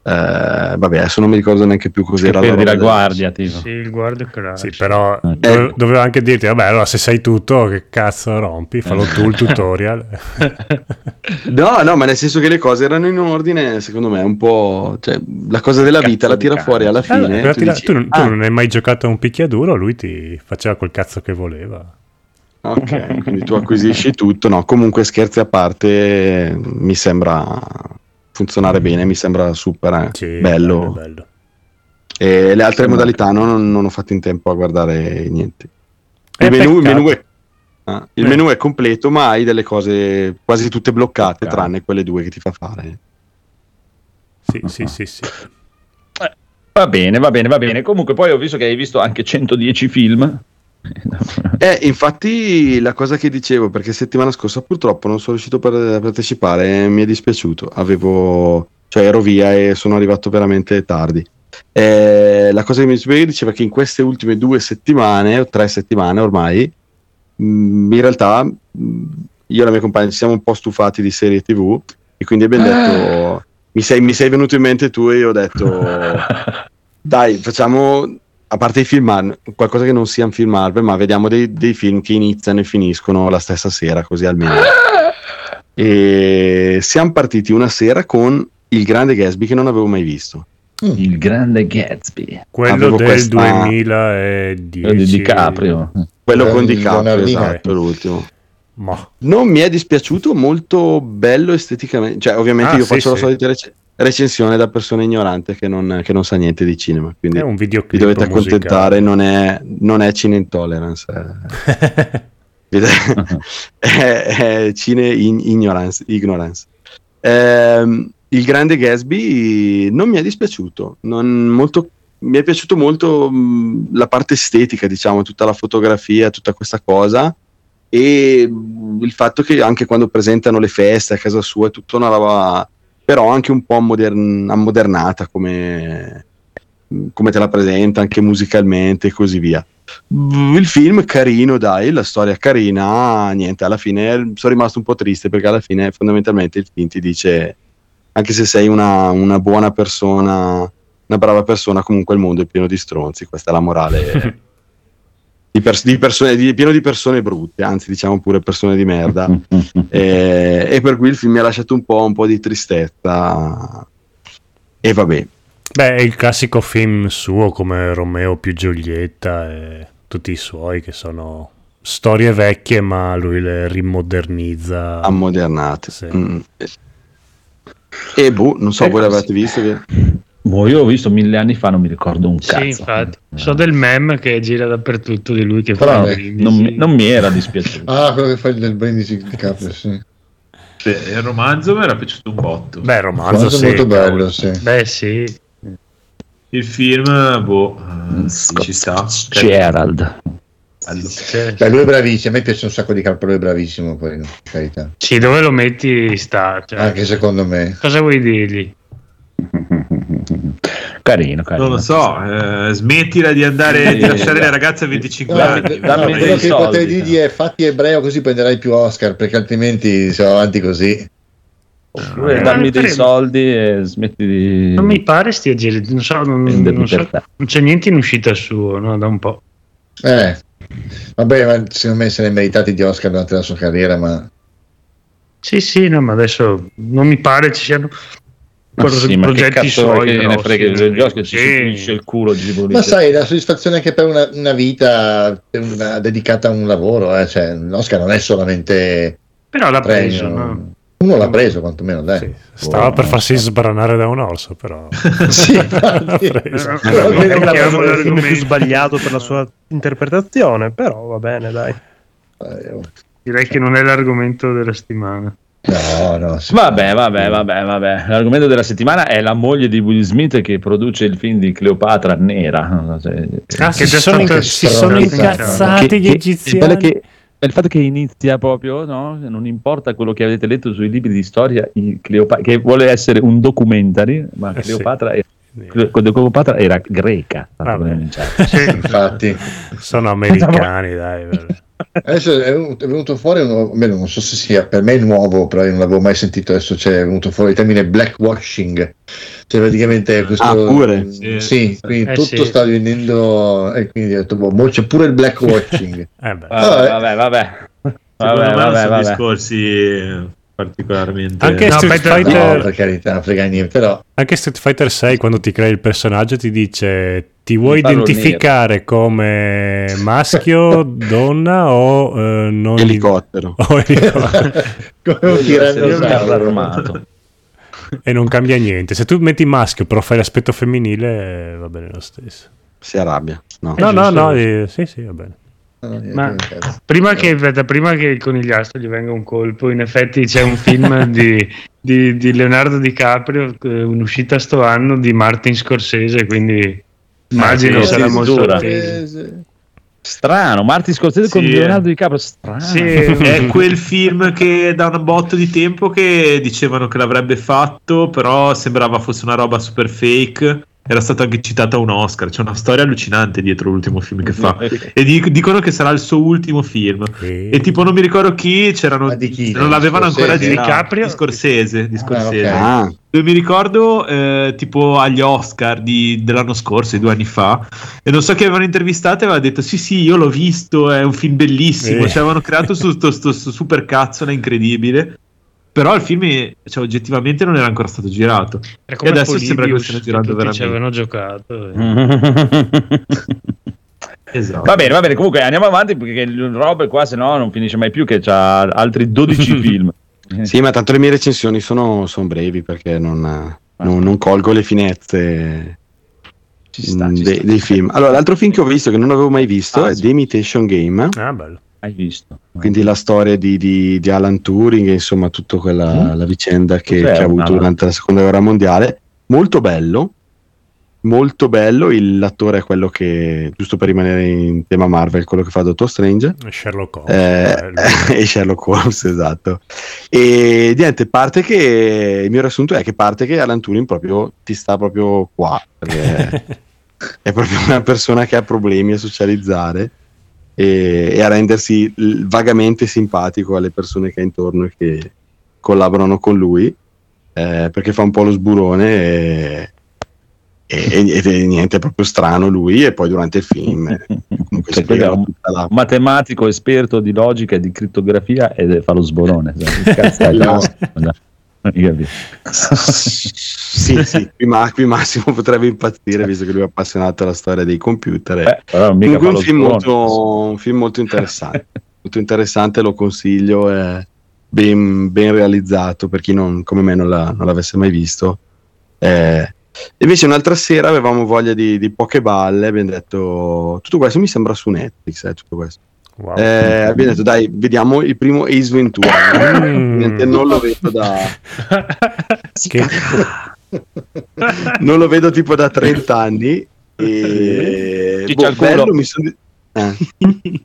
Eh, vabbè, adesso non mi ricordo neanche più cos'era per la la guardia, tipo. Sì, il guardia crash. Sì, però eh. dove, dovevo anche dirti, vabbè, allora se sai tutto, che cazzo rompi, fallo tu il tutorial. No, no, ma nel senso che le cose erano in ordine, secondo me, un po', cioè, la cosa della vita la tira fuori alla fine. Allora, tu, tira, dici, tu, non, ah, tu non hai mai giocato a un picchiaduro, lui ti faceva quel cazzo che voleva. ok, quindi tu acquisisci tutto. No, comunque scherzi a parte, mi sembra funzionare bene, mi sembra super eh. Sì, bello. bello, bello. E le altre modalità non, non ho fatto in tempo a guardare niente. Il, menu, il, menu, è, ah, il eh. menu è completo, ma hai delle cose quasi tutte bloccate, peccato. Tranne quelle due che ti fa fare. Sì, sì, sì, sì. Eh, va bene, va bene, va bene. Comunque poi ho visto che hai visto anche centodieci film. Eh, infatti la cosa che dicevo, perché settimana scorsa purtroppo non sono riuscito a partecipare, mi è dispiaciuto, avevo, cioè ero via e sono arrivato veramente tardi. Eh, la cosa che mi dispiace diceva che in queste ultime due settimane o tre settimane ormai mh, in realtà mh, io e la mia compagna ci siamo un po' stufati di serie tv e quindi abbiamo detto ah. mi, sei, mi sei venuto in mente tu e io ho detto dai, facciamo, a parte i film, qualcosa che non sia un film Marvel, ma vediamo dei, dei film che iniziano e finiscono la stessa sera, così almeno. E siamo partiti una sera con Il Grande Gatsby, che non avevo mai visto. Il Grande Gatsby, quello avevo del questa... duemiladieci di DiCaprio, quello con DiCaprio, esatto, l'ultimo. Ma. Non mi è dispiaciuto, molto bello esteticamente, cioè ovviamente ah, io sì, faccio sì. la solita rec- recensione da persona ignorante che non, che non sa niente di cinema, quindi è un videoclip, vi dovete accontentare, non è, non è Cine Intolerance, è, è, è Cine in ignorance, ignorance. Ehm, Il Grande Gatsby non mi è dispiaciuto, non molto, mi è piaciuto molto mh, la parte estetica, diciamo, tutta la fotografia, tutta questa cosa, e mh, il fatto che anche quando presentano le feste a casa sua è tutta una roba, però anche un po' modern- ammodernata come, come te la presenta, anche musicalmente e così via. Il film carino, dai, la storia carina, niente, alla fine sono rimasto un po' triste perché alla fine fondamentalmente il film ti dice: anche se sei una, una buona persona, una brava persona, comunque il mondo è pieno di stronzi, questa è la morale. di, pers- di persone, di, pieno di persone brutte, anzi diciamo pure persone di merda. e, e per cui il film mi ha lasciato un po', un po' di tristezza. E vabbè. Beh, è il classico film suo come Romeo più Giulietta e tutti i suoi, che sono storie vecchie ma lui le rimodernizza. Ammodernate. Sì. Mm. E boh, non so, e voi l'avete visto che... Boh, io l'ho visto mille anni fa, non mi ricordo un cazzo. Sì, infatti. So del meme che gira dappertutto di lui che però fa il non, mi, non mi era dispiaciuto. Ah, quello che fa il brindisi di Caprio, sì. Sì, il romanzo mi era piaciuto un botto. Beh, il romanzo sì, molto bello, sì. Beh, sì. Il film, boh, uh, ci sta. Gerald. Beh, lui è bravissimo, a me piace un sacco di capo, lui è bravissimo poi, in carità. Sì, dove lo metti sta, cioè, anche secondo me. Cosa vuoi dirgli? Carino, carino. Non lo so, eh, smettila di andare di lasciare le ragazze a venticinque no, anni. No, no, quello che potrei dirgli è fatti ebreo così prenderai più Oscar, perché altrimenti siamo avanti così. Oppure eh, dammi dei soldi e smetti di... Non mi pare stia girando, non so, non, non, so, non c'è niente in uscita suo, no, da un po'. Eh, vabbè, ma secondo me se ne è meritati di Oscar durante la sua carriera, ma... Sì, sì, no, ma adesso non mi pare ci siano... Ma sì, progetti suoi che ne frega del Oscar, sì. Ci finisce il culo di ma sai, la soddisfazione anche per una, una vita una, dedicata a un lavoro, eh? Cioè l'Oscar non è solamente però l'ha premio. Preso, no? Uno l'ha preso quantomeno, dai. Sì, stava oh, per farsi sbranare da un orso, però sì, infatti, preso. Però non è l'argomento più sbagliato per la sua interpretazione, però va bene, dai. Direi che non è l'argomento della settimana. No, no, vabbè, vabbè, vabbè, vabbè. L'argomento della settimana è la moglie di Will Smith che produce il film di Cleopatra nera. Cioè, ah, che si sono, inca- si sono incazzati che, gli che, egiziani. Che, il fatto che inizia proprio, no? Non importa quello che avete letto sui libri di storia, Cleopatra, che vuole essere un documentary, ma eh Cleopatra, sì. è, Cleopatra era greca. Sì, infatti, sono americani, dai. Adesso è venuto, è venuto fuori uno, non so se sia per me è nuovo, però io non l'avevo mai sentito. Adesso c'è venuto fuori il termine blackwashing, Cioè praticamente questo, ah, pure? Sì, sì, quindi eh, tutto sì. sta venendo e quindi ho detto, boh, mo c'è pure il black watching. eh beh. Vabbè, vabbè, vabbè. Secondo Vabbè, me vabbè, non sono vabbè. discorsi particolarmente Anche No, Street Peter- Fighter No, per carità, non frega niente, però Anche Street Fighter sei, quando ti crei il personaggio, ti dice: ti vuoi farlo identificare come maschio, donna o eh, non Elicottero. o elicottero. come un carro tirannosauro armato. E non cambia niente. Se tu metti maschio però fai l'aspetto femminile, eh, va bene lo stesso. Si arrabbia. No. No, no, giusto. no, eh, sì, sì, va bene. No, niente, Ma che cazzo. prima che, aspetta, prima che il conigliastro gli venga un colpo, in effetti c'è un film di, di, di Leonardo DiCaprio, eh, un'uscita sto anno di Martin Scorsese, quindi immagino sì, sarà sì, molto dura. atteso. Strano, Martin Scorsese con Sì, Leonardo eh. DiCaprio, strano. Sì, È quel film che da un botto di tempo che dicevano che l'avrebbe fatto, però sembrava fosse una roba super fake. Era stato anche citato a un Oscar. C'è una storia allucinante dietro l'ultimo film che fa. E dic- dicono che sarà il suo ultimo film. E- E tipo, non mi ricordo chi c'erano. Ma di chi? Non l'avevano ancora Scorsese? di No. DiCaprio. Di Scorsese. Di Scorsese. ok. Ah, Dove mi ricordo eh, tipo agli Oscar di- dell'anno scorso, di due anni fa, e non so chi avevano intervistato e aveva detto sì sì io l'ho visto, è un film bellissimo, Eh. ci avevano creato su sto, sto- sto super cazzone incredibile, però il film cioè, oggettivamente non era ancora stato girato Era e come adesso sembra che lo Polybius, stiano che girando tutti ci veramente. avevano giocato. eh. Esatto. Va bene, va bene, comunque andiamo avanti perché il Rob qua se no non finisce mai più, che c'ha altri dodici film. sì, ma tanto le mie recensioni sono, sono brevi perché non, non, non colgo le finezze Ci sta, mh, ci dei, sta. dei film. Allora, l'altro film che ho visto che non avevo mai visto Ah, è sì. The Imitation Game, Ah, bello. Hai visto? quindi la storia di, di, di Alan Turing e insomma tutta quella Mhm. la vicenda che, Cos'è che ha un avuto Alan? durante la seconda guerra mondiale. Molto bello, molto bello. Il, l'attore è quello che, giusto per rimanere in tema Marvel, quello che fa Doctor Strange. Sherlock Holmes. Eh, bello. e Sherlock Holmes, esatto. E niente, parte che il mio riassunto è che parte che Alan Turing proprio ti sta proprio qua, perché è proprio una persona che ha problemi a socializzare e, e a rendersi l- vagamente simpatico alle persone che ha intorno e che collaborano con lui, eh, perché fa un po' lo sburone e, e, ed è niente, è proprio strano lui. E poi durante il film eh, comunque Cioè, spiega quello è un- tutta la Un matematico esperto di logica e di crittografia e fa lo sborone. sai, che cazzo è? No. Non mi capisco. sì, sì, qui, ma, qui Massimo potrebbe impazzire visto che lui è appassionato alla storia dei computer. e- Eh, però mica Comunque fa un lo film, sborone. molto, un film molto interessante, molto interessante, lo consiglio, è ben, ben realizzato per chi non, come me non, l'ha- non l'avesse mai visto. Eh, invece un'altra sera avevamo voglia di, di poche balle, abbiamo detto tutto questo mi sembra su Netflix, eh, tutto questo. Wow. Eh, abbiamo detto dai, vediamo il primo Ace Ventura. Mm. Ovviamente non lo vedo da Che- non lo vedo tipo da trenta anni e Ciccia boh, al culo. bello, mi sono eh.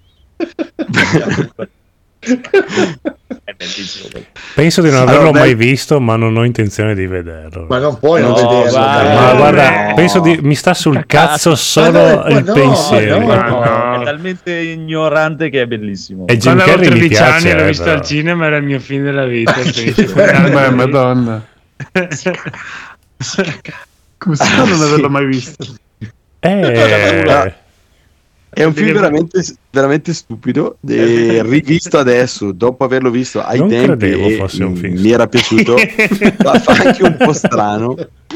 È bellissimo. Penso di non Allora, averlo beh- mai visto, ma non ho intenzione di vederlo. ma non puoi non No, vederlo. guarda, dai. Ma Eh, guarda, no. penso di mi sta sul cazzo solo Ma no, il no, pensiero. no, Ma no. no. È talmente ignorante che è bellissimo. E Jim Quando avevo Carrey mi tredici anni piace, l'ho eh, visto però. al cinema, era il mio film della vita. Beh, madonna. Come si fa a non averlo mai visto? Eh, È un film veramente, veramente stupido, e rivisto adesso, dopo averlo visto ai Non tempi, credevo e fosse un film. mi era piaciuto, fa, fa anche un po' strano.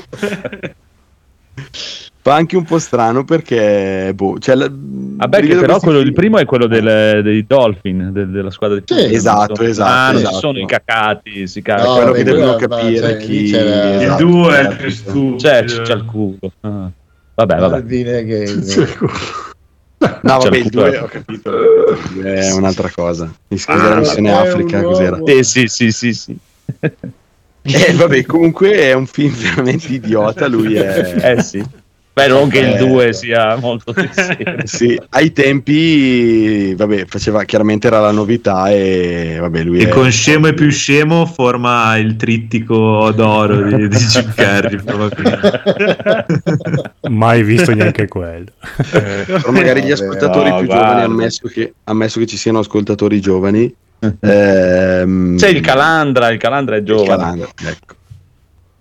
Fa anche un po' strano perché, boh, cioè, la- Vabbè, che rivedo però questi quello, il film- primo è quello del- dei Dolphin, del- della squadra di Sì, football, esatto, giusto? esatto, Ah, non esatto. si sono incacati, si No, cagano. quello beh, che devono quello- capire cioè, chi lì c'era- Il esatto, due è era il più tutto. stupido. Cioè, c'è il culo. Ah. Vabbè, vabbè. Marvin Gaye. No, C'è vabbè, il il culo. due ho capito, il due è un'altra cosa. Mi scusa, la missione è un Africa, uomo. cos'era? Eh, sì, sì, sì, sì. Eh, vabbè, comunque è un film veramente idiota, lui è... Eh sì. Beh, non che il Eh, due sia molto serio. Sì, ai tempi, vabbè, faceva, chiaramente era la novità e vabbè, lui E è... con scemo e più scemo forma il trittico d'oro di, di Jim Carrey, probabilmente. mai visto neanche quello. Però magari gli Vabbè, ascoltatori no, più guarda. giovani, ammesso che, ammesso che ci siano ascoltatori giovani, ehm, C'è il Calandra, il Calandra è il giovane. Calandra, ecco.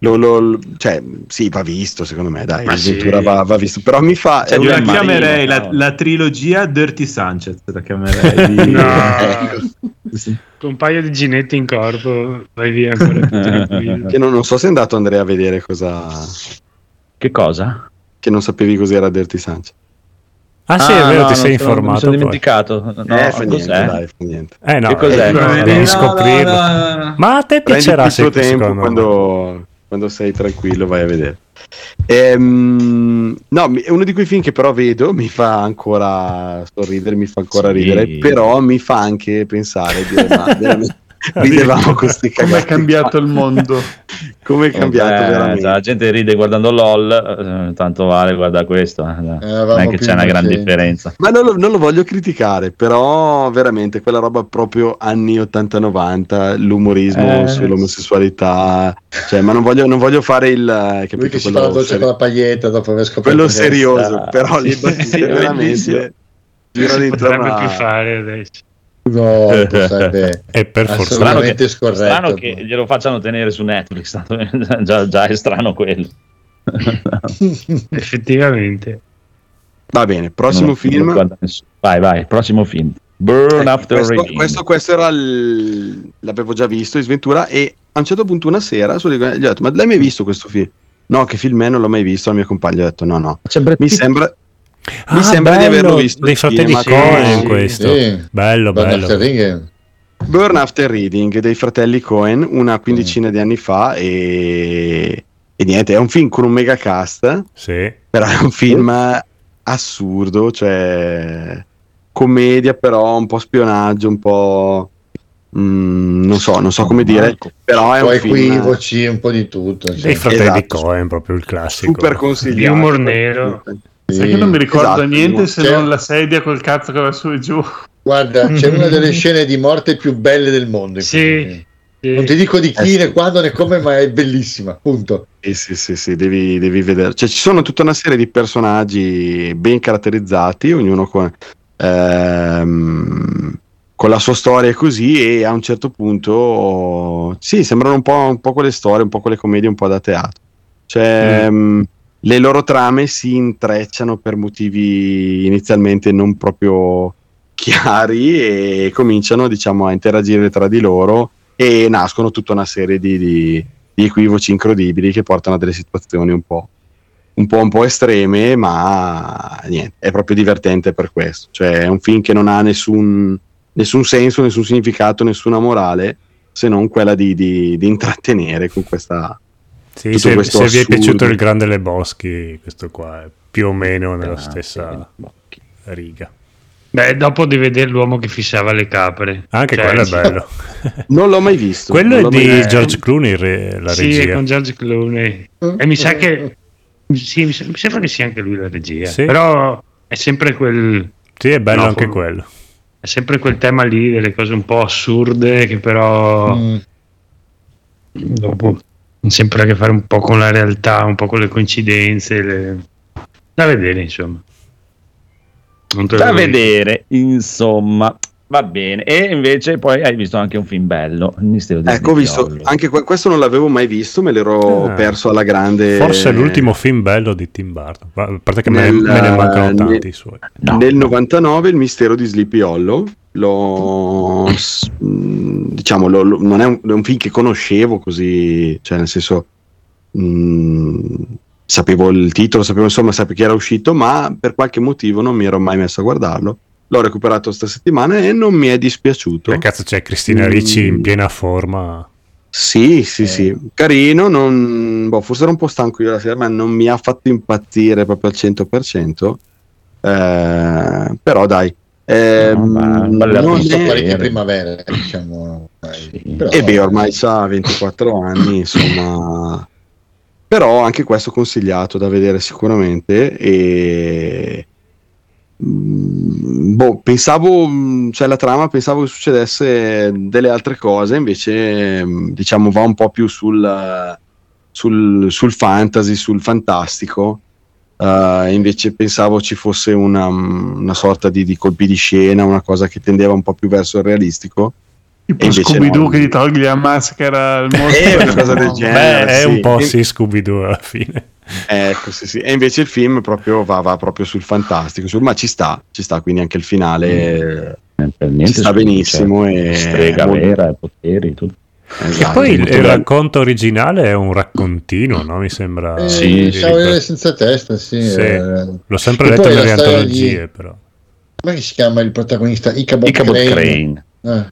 Lo, lo, cioè, sì, va visto, secondo me, dai, Ma l'avventura sì. va, va visto, però mi fa... Cioè, è io la una- chiamerei la, no. la trilogia Dirty Sanchez, la chiamerei. Di... No. Sì. Con un paio di ginetti in corpo vai via ancora più tranquillo. che non, non so se è andato Andrea a vedere cosa... Che cosa? che non sapevi cos'era Dirty Sanchez. Ah sì, è vero, no, ti sei non sono- informato Mi sono poi. dimenticato. No, eh, fa niente, cos'è? dai, fa niente. Eh no, Che cos'è? eh, No, no, devi no, scoprirlo. no, no, no. Ma a te Prendi piacerà il tuo sempre, tempo secondo me. quando, quando sei tranquillo, vai a vedere. Ehm, no, mi- è uno di quei film che però vedo, mi fa ancora sorridere, mi fa ancora Sì. ridere, però mi fa anche pensare, dire, ma veramente ridevamo con sti Come cagati è cambiato qua. il mondo. Come è cambiato Eh, veramente. La gente ride guardando LOL, eh, tanto vale guarda questo. eh, Non Eravamo è che più c'è una gran innocenti. differenza. Ma non lo, non lo voglio criticare, però veramente quella roba proprio anni ottanta novanta, l'umorismo Eh. sull'omosessualità, cioè, ma non voglio, non voglio fare il Lui capito, che si quello fa la doccia seri- con la paglietta dopo aver scoperto quello che- serioso, Ah, però sì, le sì, battute sì, bellissimo. veramente girano Si intorno potrebbe più a... fare adesso. No, sarebbe E per forza. Strano assolutamente che, scorretto. strano che glielo facciano tenere su Netflix, tanto già, già è strano quello. Effettivamente. Va bene, prossimo Non- non lo film. guarda nessuno. Vai, vai, prossimo film. Burn Ecco, After questo, Reading. questo, questo era il... l'avevo già visto in sventura e a un certo punto una sera solo dico- gli ho detto, ma l'hai mai visto questo film? No, che film è? Non l'ho mai visto. La mia compagna ha detto no, no. C'è Brad Mi Pitt. sembra, Ah, mi sembra di bello, averlo visto dei al fratelli cinema. Coen sì, questo. sì. Bello, Burn bello. After Reading. Burn After Reading dei fratelli Coen una quindicina di anni fa e... e niente, è un film con un mega cast, Sì. però è un film assurdo, cioè commedia però un po' spionaggio, un po' mm, non so, non so come dire, però è Poi un film equivoci, un po' di tutto. Dei Cioè. fratelli Esatto. Coen, proprio il classico. super Di consigliato. humor nero. Sai che non mi ricordo Esatto, niente se cioè- non la sedia col cazzo che va su e giù. Guarda, c'è una delle scene di morte più belle del mondo. in Sì, questo film. sì. Non ti dico di chi, Eh, né sì. quando, né come, ma è bellissima. Punto. Sì, sì, sì, sì, devi, devi vedere. Cioè, ci sono tutta una serie di personaggi ben caratterizzati, ognuno con, ehm, con la sua storia e così, e a un certo punto, sì, sembrano un po', un po' quelle storie, un po' quelle commedie, un po' da teatro. Cioè, mm, le loro trame si intrecciano per motivi inizialmente non proprio chiari e cominciano, diciamo, a interagire tra di loro e nascono tutta una serie di, di, di equivoci incredibili che portano a delle situazioni un po', un po', un po' estreme, ma niente, è proprio divertente per questo. Cioè, è un film che non ha nessun, nessun senso, nessun significato, nessuna morale, se non quella di, di, di intrattenere con questa... Sì, tutto se, questo se vi è assurdo. piaciuto il Grande Lebowski, questo qua è più o meno nella Ah, stessa sì. riga. Beh, dopo di vedere l'uomo che fissava le capre. Anche Cioè, quello è bello. Non l'ho mai visto. Quello non è l'ho mai di visto. George Clooney, re- la Sì, è regia. con George Clooney. E mi sa che sì, mi, se- mi sembra che sia anche lui la regia. Sì. Però è sempre quel Sì, è bello No, anche for- quello. è sempre quel tema lì delle cose un po' assurde che però Mm. dopo hanno sempre a che fare un po' con la realtà, un po' con le coincidenze, le- da vedere insomma. Non te lo Da dico. vedere, insomma. Va bene. E invece poi hai visto anche un film bello, Il mistero di Ecco, ho visto, Snippiolo. anche que- questo non l'avevo mai visto, me l'ero Ah. perso alla grande. Forse è l'ultimo film bello di Tim Burton. A parte che me, Nel- ne, me ne mancano nel- tanti i suoi. No. Nel novantanove Il mistero di Sleepy Hollow. Lo, s- mh, diciamo, lo- lo- non è un, è un film che conoscevo così, cioè nel senso, mh, sapevo il titolo, sapevo insomma, sapevo che era uscito, ma per qualche motivo non mi ero mai messo a guardarlo. L'ho recuperato sta settimana e non mi è dispiaciuto. Che cazzo c'è Cristina Mm. Ricci in piena forma? Sì, sì, sì, carino, non, boh, forse ero un po' stanco io la sera, ma non mi ha fatto impazzire proprio al cento per cento, eh, però dai, ehm, No, ma vale la non Ho pena. visto è- parecchie primavere, diciamo. Sì. Però- e beh, ormai ha ventiquattro anni, insomma, però anche questo consigliato da vedere sicuramente e mm, boh, pensavo, mm, cioè la trama pensavo che succedesse delle altre cose, invece mm, diciamo va un po' più sul, sul, sul fantasy, sul fantastico. Uh, invece pensavo ci fosse una, una sorta di, di colpi di scena, una cosa che tendeva un po' più verso il realistico. Tipo Scooby-Doo no. che gli togli la maschera al mostro. È una cosa del genere. Beh, è sì. un po' sì Scooby-Doo alla fine. Ecco, sì, sì. E invece il film proprio va, va proprio sul fantastico, sul, ma ci sta, ci sta, quindi anche il finale mm. per niente ci sta benissimo. E strega molto... vera e poteri, tutto. Esatto, e poi il, il racconto originale è un raccontino, no? Mi sembra. Eh, sì, di senza testa, sì. sì. Eh. L'ho sempre letto nelle antologie, di... però. Come si chiama il protagonista? Ichabod, Ichabod Crane. Crane. Eh.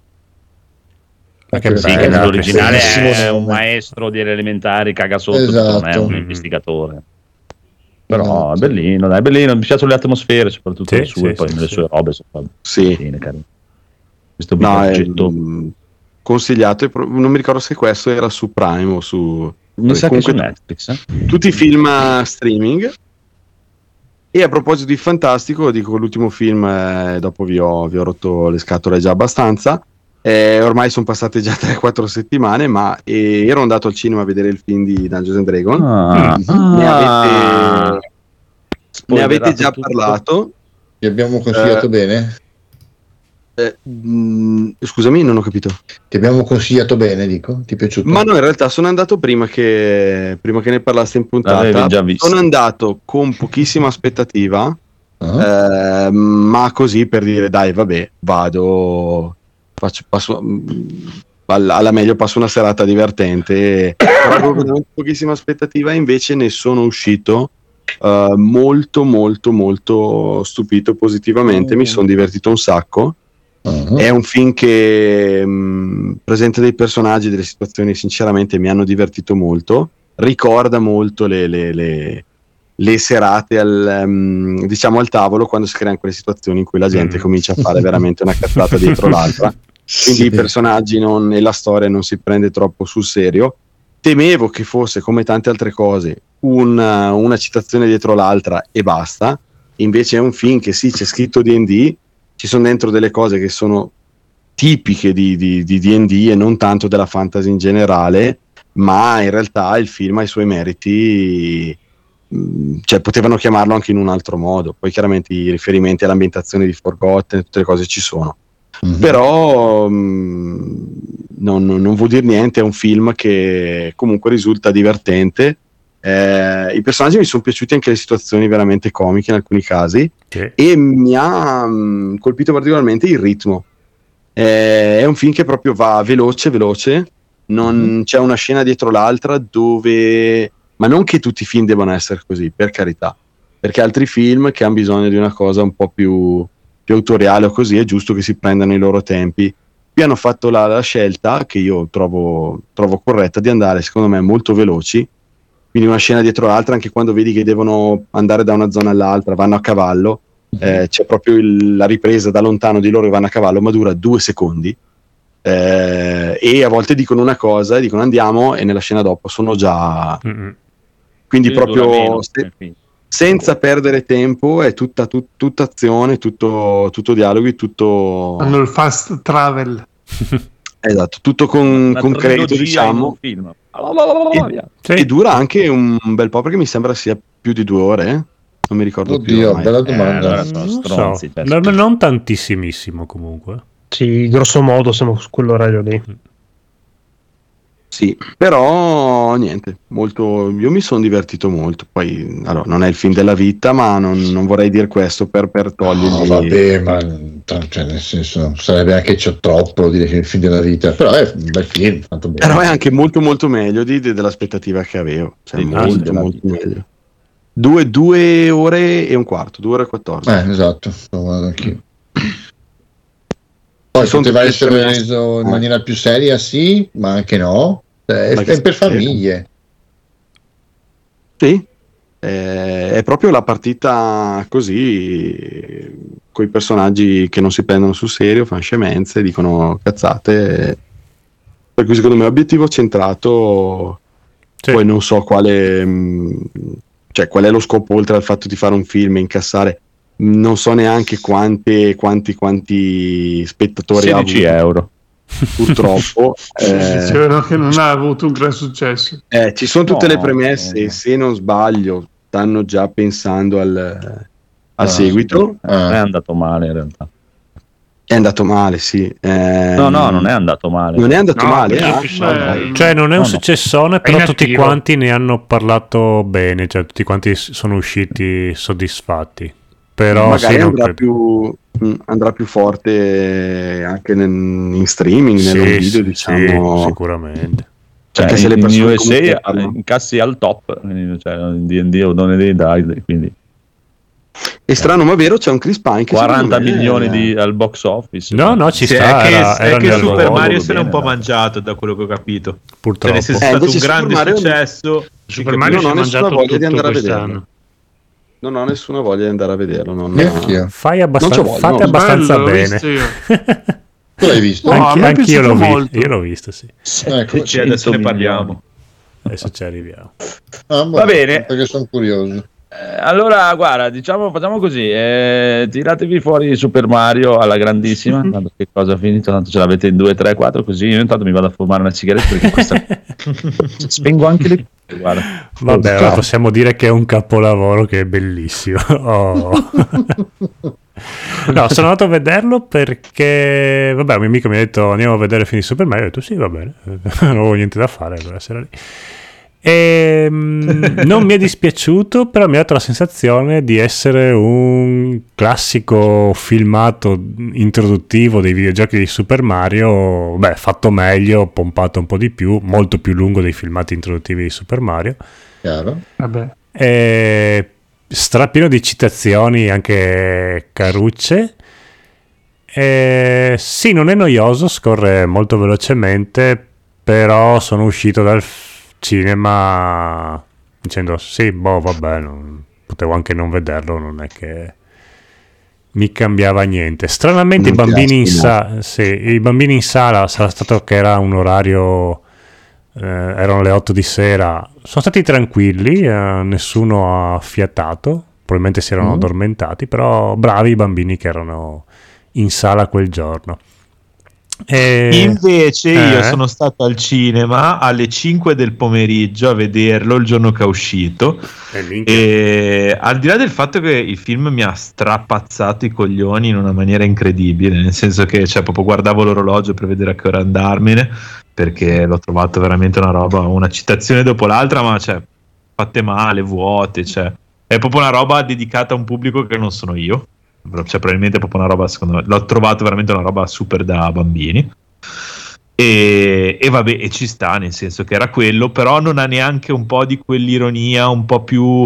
Perché sì, che l'originale è un maestro delle elementari, caga sotto, esatto. Non è un investigatore. Però esatto. È bellino, dai, è bellino, mi piacciono le atmosfere, soprattutto sì, le sue, sì, poi sì, nelle sì. sue robe sono sì. Bene, questo no, è, mh, consigliato, non mi ricordo se questo era su Prime o su... Mi sa che su Netflix. Eh? Tutti i film streaming. E a proposito di fantastico, dico l'ultimo film, eh, dopo vi ho, vi ho rotto le scatole già abbastanza. Eh, ormai sono passate già tre quattro settimane, ma eh, ero andato al cinema a vedere il film di Dungeons and Dragons. Ah, mm. ne, avete, ne avete già tutto. Parlato. Ti abbiamo consigliato eh, bene? Eh, mh, scusami, non ho capito. Ti abbiamo consigliato bene, dico? Ti è piaciuto? Ma no, in realtà sono andato prima che, prima che ne parlaste in puntata. Sono andato con pochissima aspettativa, uh-huh. eh, ma così per dire, dai, vabbè, vado... Faccio, passo, alla meglio passo una serata divertente, però avevo veramente pochissima aspettativa e invece ne sono uscito uh, molto molto molto stupito positivamente, uh-huh. Mi sono divertito un sacco. Uh-huh. È un film che mh, presenta dei personaggi, delle situazioni sinceramente mi hanno divertito molto, ricorda molto le, le, le, le serate al, um, diciamo al tavolo, quando si creano quelle situazioni in cui la gente mm. comincia a fare veramente una cazzata dietro l'altra. Quindi sì. I personaggi non, e la storia non si prende troppo sul serio. Temevo che fosse, come tante altre cose, una, una citazione dietro l'altra e basta. Invece è un film che sì, c'è scritto D and D, ci sono dentro delle cose che sono tipiche di, di, di D and D e non tanto della fantasy in generale, ma in realtà il film ha i suoi meriti, mh, cioè potevano chiamarlo anche in un altro modo. Poi chiaramente i riferimenti all'ambientazione di Forgotten, tutte le cose ci sono. Mm-hmm. Però mh, non, non vuol dire niente, è un film che comunque risulta divertente. Eh, i personaggi mi sono piaciuti, anche le situazioni veramente comiche in alcuni casi, okay. E mi ha mh, colpito particolarmente il ritmo. Eh, è un film che proprio va veloce veloce, non mm-hmm. c'è una scena dietro l'altra dove, ma non che tutti i film devono essere così, per carità, perché altri film che hanno bisogno di una cosa un po' più più autoriale o così, è giusto che si prendano i loro tempi. Qui hanno fatto la, la scelta, che io trovo, trovo corretta, di andare secondo me molto veloci, quindi una scena dietro l'altra, anche quando vedi che devono andare da una zona all'altra, vanno a cavallo, eh, c'è proprio il, la ripresa da lontano di loro che vanno a cavallo, ma dura due secondi, eh, e a volte dicono una cosa e dicono andiamo, e nella scena dopo sono già mm-hmm. quindi sì, proprio se, senza perdere tempo, è tutta, tut, tutta azione, tutto, tutto dialoghi, tutto... Hanno il fast travel. Esatto, tutto con, concreto, diciamo. Film. E, sì. E dura anche un bel po', perché mi sembra sia più di due ore, eh? Non mi ricordo Oddio, più. Oddio, bella domanda. Eh, allora sono stronzi, so. non, non tantissimissimo comunque. Sì, grosso modo siamo su quell'orario lì. Sì, però niente, molto, io mi sono divertito molto. Poi allora, non è il film della vita, ma non, non vorrei dire questo per, per togliergli. No, vabbè, ma cioè, nel senso, sarebbe anche c'è troppo dire che è il film della vita, però è un bel film, fatto bene. Però è anche molto molto meglio di, di, dell'aspettativa che avevo, cioè, sì, molto molto meglio. Due, due ore e un quarto, due ore e quattordici. Eh, esatto, lo guardo anch'io. Poi poteva essere reso in maniera più seria, sì, ma anche no. È, è per famiglie. Sì, è, è proprio la partita così, con i personaggi che non si prendono sul serio, fanno scemenze, dicono cazzate. Per cui secondo me l'obiettivo centrato, sì. Poi non so quale, cioè qual è lo scopo oltre al fatto di fare un film e incassare. Non so neanche quante, quanti, quanti spettatori ha avuto. sedici euro. Purtroppo. eh, dicevano che non ha avuto un gran successo. Eh, ci sono tutte no, le premesse, no, no. Se non sbaglio, stanno già pensando al, al no, seguito. Non è andato male in realtà. È andato male, sì. Eh, no, no, non è andato male. Non è andato no, male. Ah, beh, cioè, non è un no, successone, no. Però Inattivo. Tutti quanti ne hanno parlato bene, cioè tutti quanti sono usciti soddisfatti. Però magari sì, andrà, più, andrà più forte anche nel, in streaming, sì, nello video, diciamo. Sì, sicuramente. Cioè, se in, le in U S A incassi al top, cioè in D and D o Don't They Die, quindi è strano ma vero, c'è un Chris Pine che quaranta milioni è... di, al box office. No, no, ci sì, sta. È che, era, è era che Super luogo, Mario se l'è un po' bene, mangiato, da quello che ho capito. Purtroppo. Cioè, è stato eh, un grande Mario... successo. Super Mario si è mangiato tutto di andare quest'anno. A vederlo. Non ho nessuna voglia di andare a vederlo. Non Neanch'io. Fai abbastan- voglia, fate no. abbastanza Bello, bene. Tu l'hai visto? No, Anche, anche io l'ho visto. Io l'ho visto, sì. Ecco, sì, adesso ne parliamo. Adesso ci arriviamo. Ah, boh, va bene. Perché sono curioso. Eh, allora, guarda, diciamo, facciamo così: eh, tiratevi fuori Super Mario alla grandissima. Tanto che cosa ha finito? Tanto ce l'avete in due, tre, quattro. Così io intanto mi vado a fumare una sigaretta perché questa spengo anche le. Guarda. Vabbè, allora possiamo dire che è un capolavoro che è bellissimo. Oh. No, sono andato a vederlo perché, vabbè, un mio amico mi ha detto andiamo a vedere film di Super Mario. Ho detto sì, va bene, non avevo niente da fare quella sera lì. E non mi è dispiaciuto, però mi ha dato la sensazione di essere un classico filmato introduttivo dei videogiochi di Super Mario, beh, fatto meglio, pompato un po' di più, molto più lungo dei filmati introduttivi di Super Mario. Chiaro. Vabbè. E strapieno di citazioni, anche carucce. E sì, non è noioso, scorre molto velocemente, però sono uscito dal cinema dicendo sì, boh, vabbè, non, potevo anche non vederlo, non è che mi cambiava niente. Stranamente i bambini in sala, sì, i bambini in sala, sarà stato che era un orario, eh, erano le otto di sera, sono stati tranquilli, eh, nessuno ha fiatato, probabilmente si erano mm. addormentati, però bravi i bambini che erano in sala quel giorno. E... invece eh? io sono stato al cinema alle cinque del pomeriggio a vederlo il giorno che è uscito eh, e al di là del fatto che il film mi ha strapazzato i coglioni in una maniera incredibile, nel senso che cioè, proprio guardavo l'orologio per vedere a che ora andarmene, perché l'ho trovato veramente una roba, una citazione dopo l'altra, ma cioè, fatte male, vuote, cioè, è proprio una roba dedicata a un pubblico che non sono io. Cioè, probabilmente è proprio una roba, secondo me l'ho trovato veramente una roba super da bambini e, e vabbè, e ci sta, nel senso che era quello, però non ha neanche un po' di quell'ironia un po' più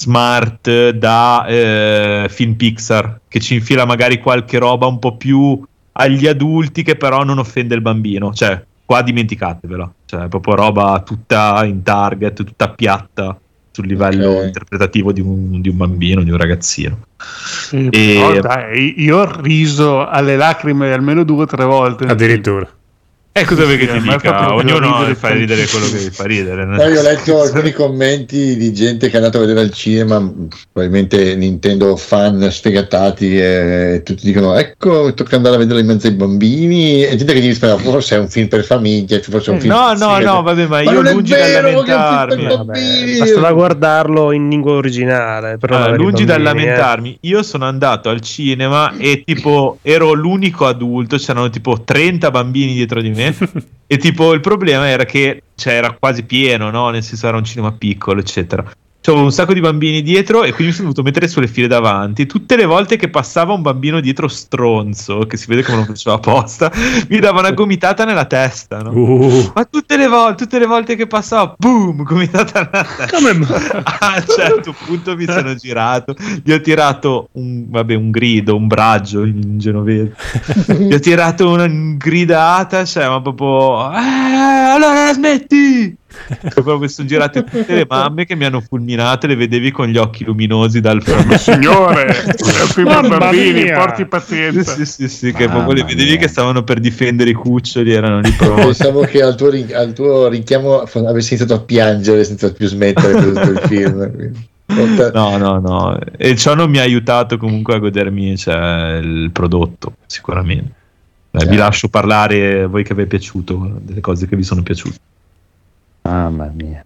smart da eh, film Pixar, che ci infila magari qualche roba un po' più agli adulti che però non offende il bambino, cioè qua dimenticatevela, cioè è proprio roba tutta in target, tutta piatta sul livello okay. interpretativo di un, di un bambino, di un ragazzino. Sì, e... però, dai, io ho riso alle lacrime almeno due o tre volte addirittura. E cosa vuoi che ti dica? Ognuno fa ridere quello che fa ridere. No? Poi ho letto alcuni commenti di gente che è andata a vedere al cinema, probabilmente Nintendo fan sfegatati, e tutti dicono ecco, tocca andare a vedere in mezzo ai bambini, e gente che dice forse è un film per famiglia, forse è un film no no sì, no vabbè, ma, ma io lungi dal lamentarmi, basta guardarlo in lingua originale, però allora, lungi dal lamentarmi, io sono andato al cinema e tipo ero l'unico adulto, c'erano tipo trenta bambini dietro di me e tipo il problema era che cioè, era quasi pieno, no? Nel senso era un cinema piccolo eccetera, c'avevo un sacco di bambini dietro e quindi mi sono dovuto mettere sulle file davanti. Tutte le volte che passava un bambino dietro stronzo, che si vede come non faceva apposta, mi dava una gomitata nella testa, no? uh. Ma tutte le volte tutte le volte che passava, boom, gomitata nella testa. Come? A un certo punto mi sono girato, gli ho tirato un, vabbè, un grido, un braggio in genovese, gli ho tirato una gridata, cioè ma proprio eh, allora smetti. Proprio mi sono girate tutte le mamme che mi hanno fulminato, le vedevi con gli occhi luminosi dal fronte. Signore, è qui per bambini, porti pazienza. Sì, sì, sì, sì, che proprio le vedevi mia. Che stavano per difendere i cuccioli, erano lì pronti. Pensavo che al tuo, rin- al tuo richiamo avessi iniziato a piangere senza più smettere per tutto il film. No, no, no. E ciò non mi ha aiutato comunque a godermi cioè, il prodotto, sicuramente. Eh, vi lascio parlare voi che vi è piaciuto, delle cose che vi sono piaciute. Mamma mia.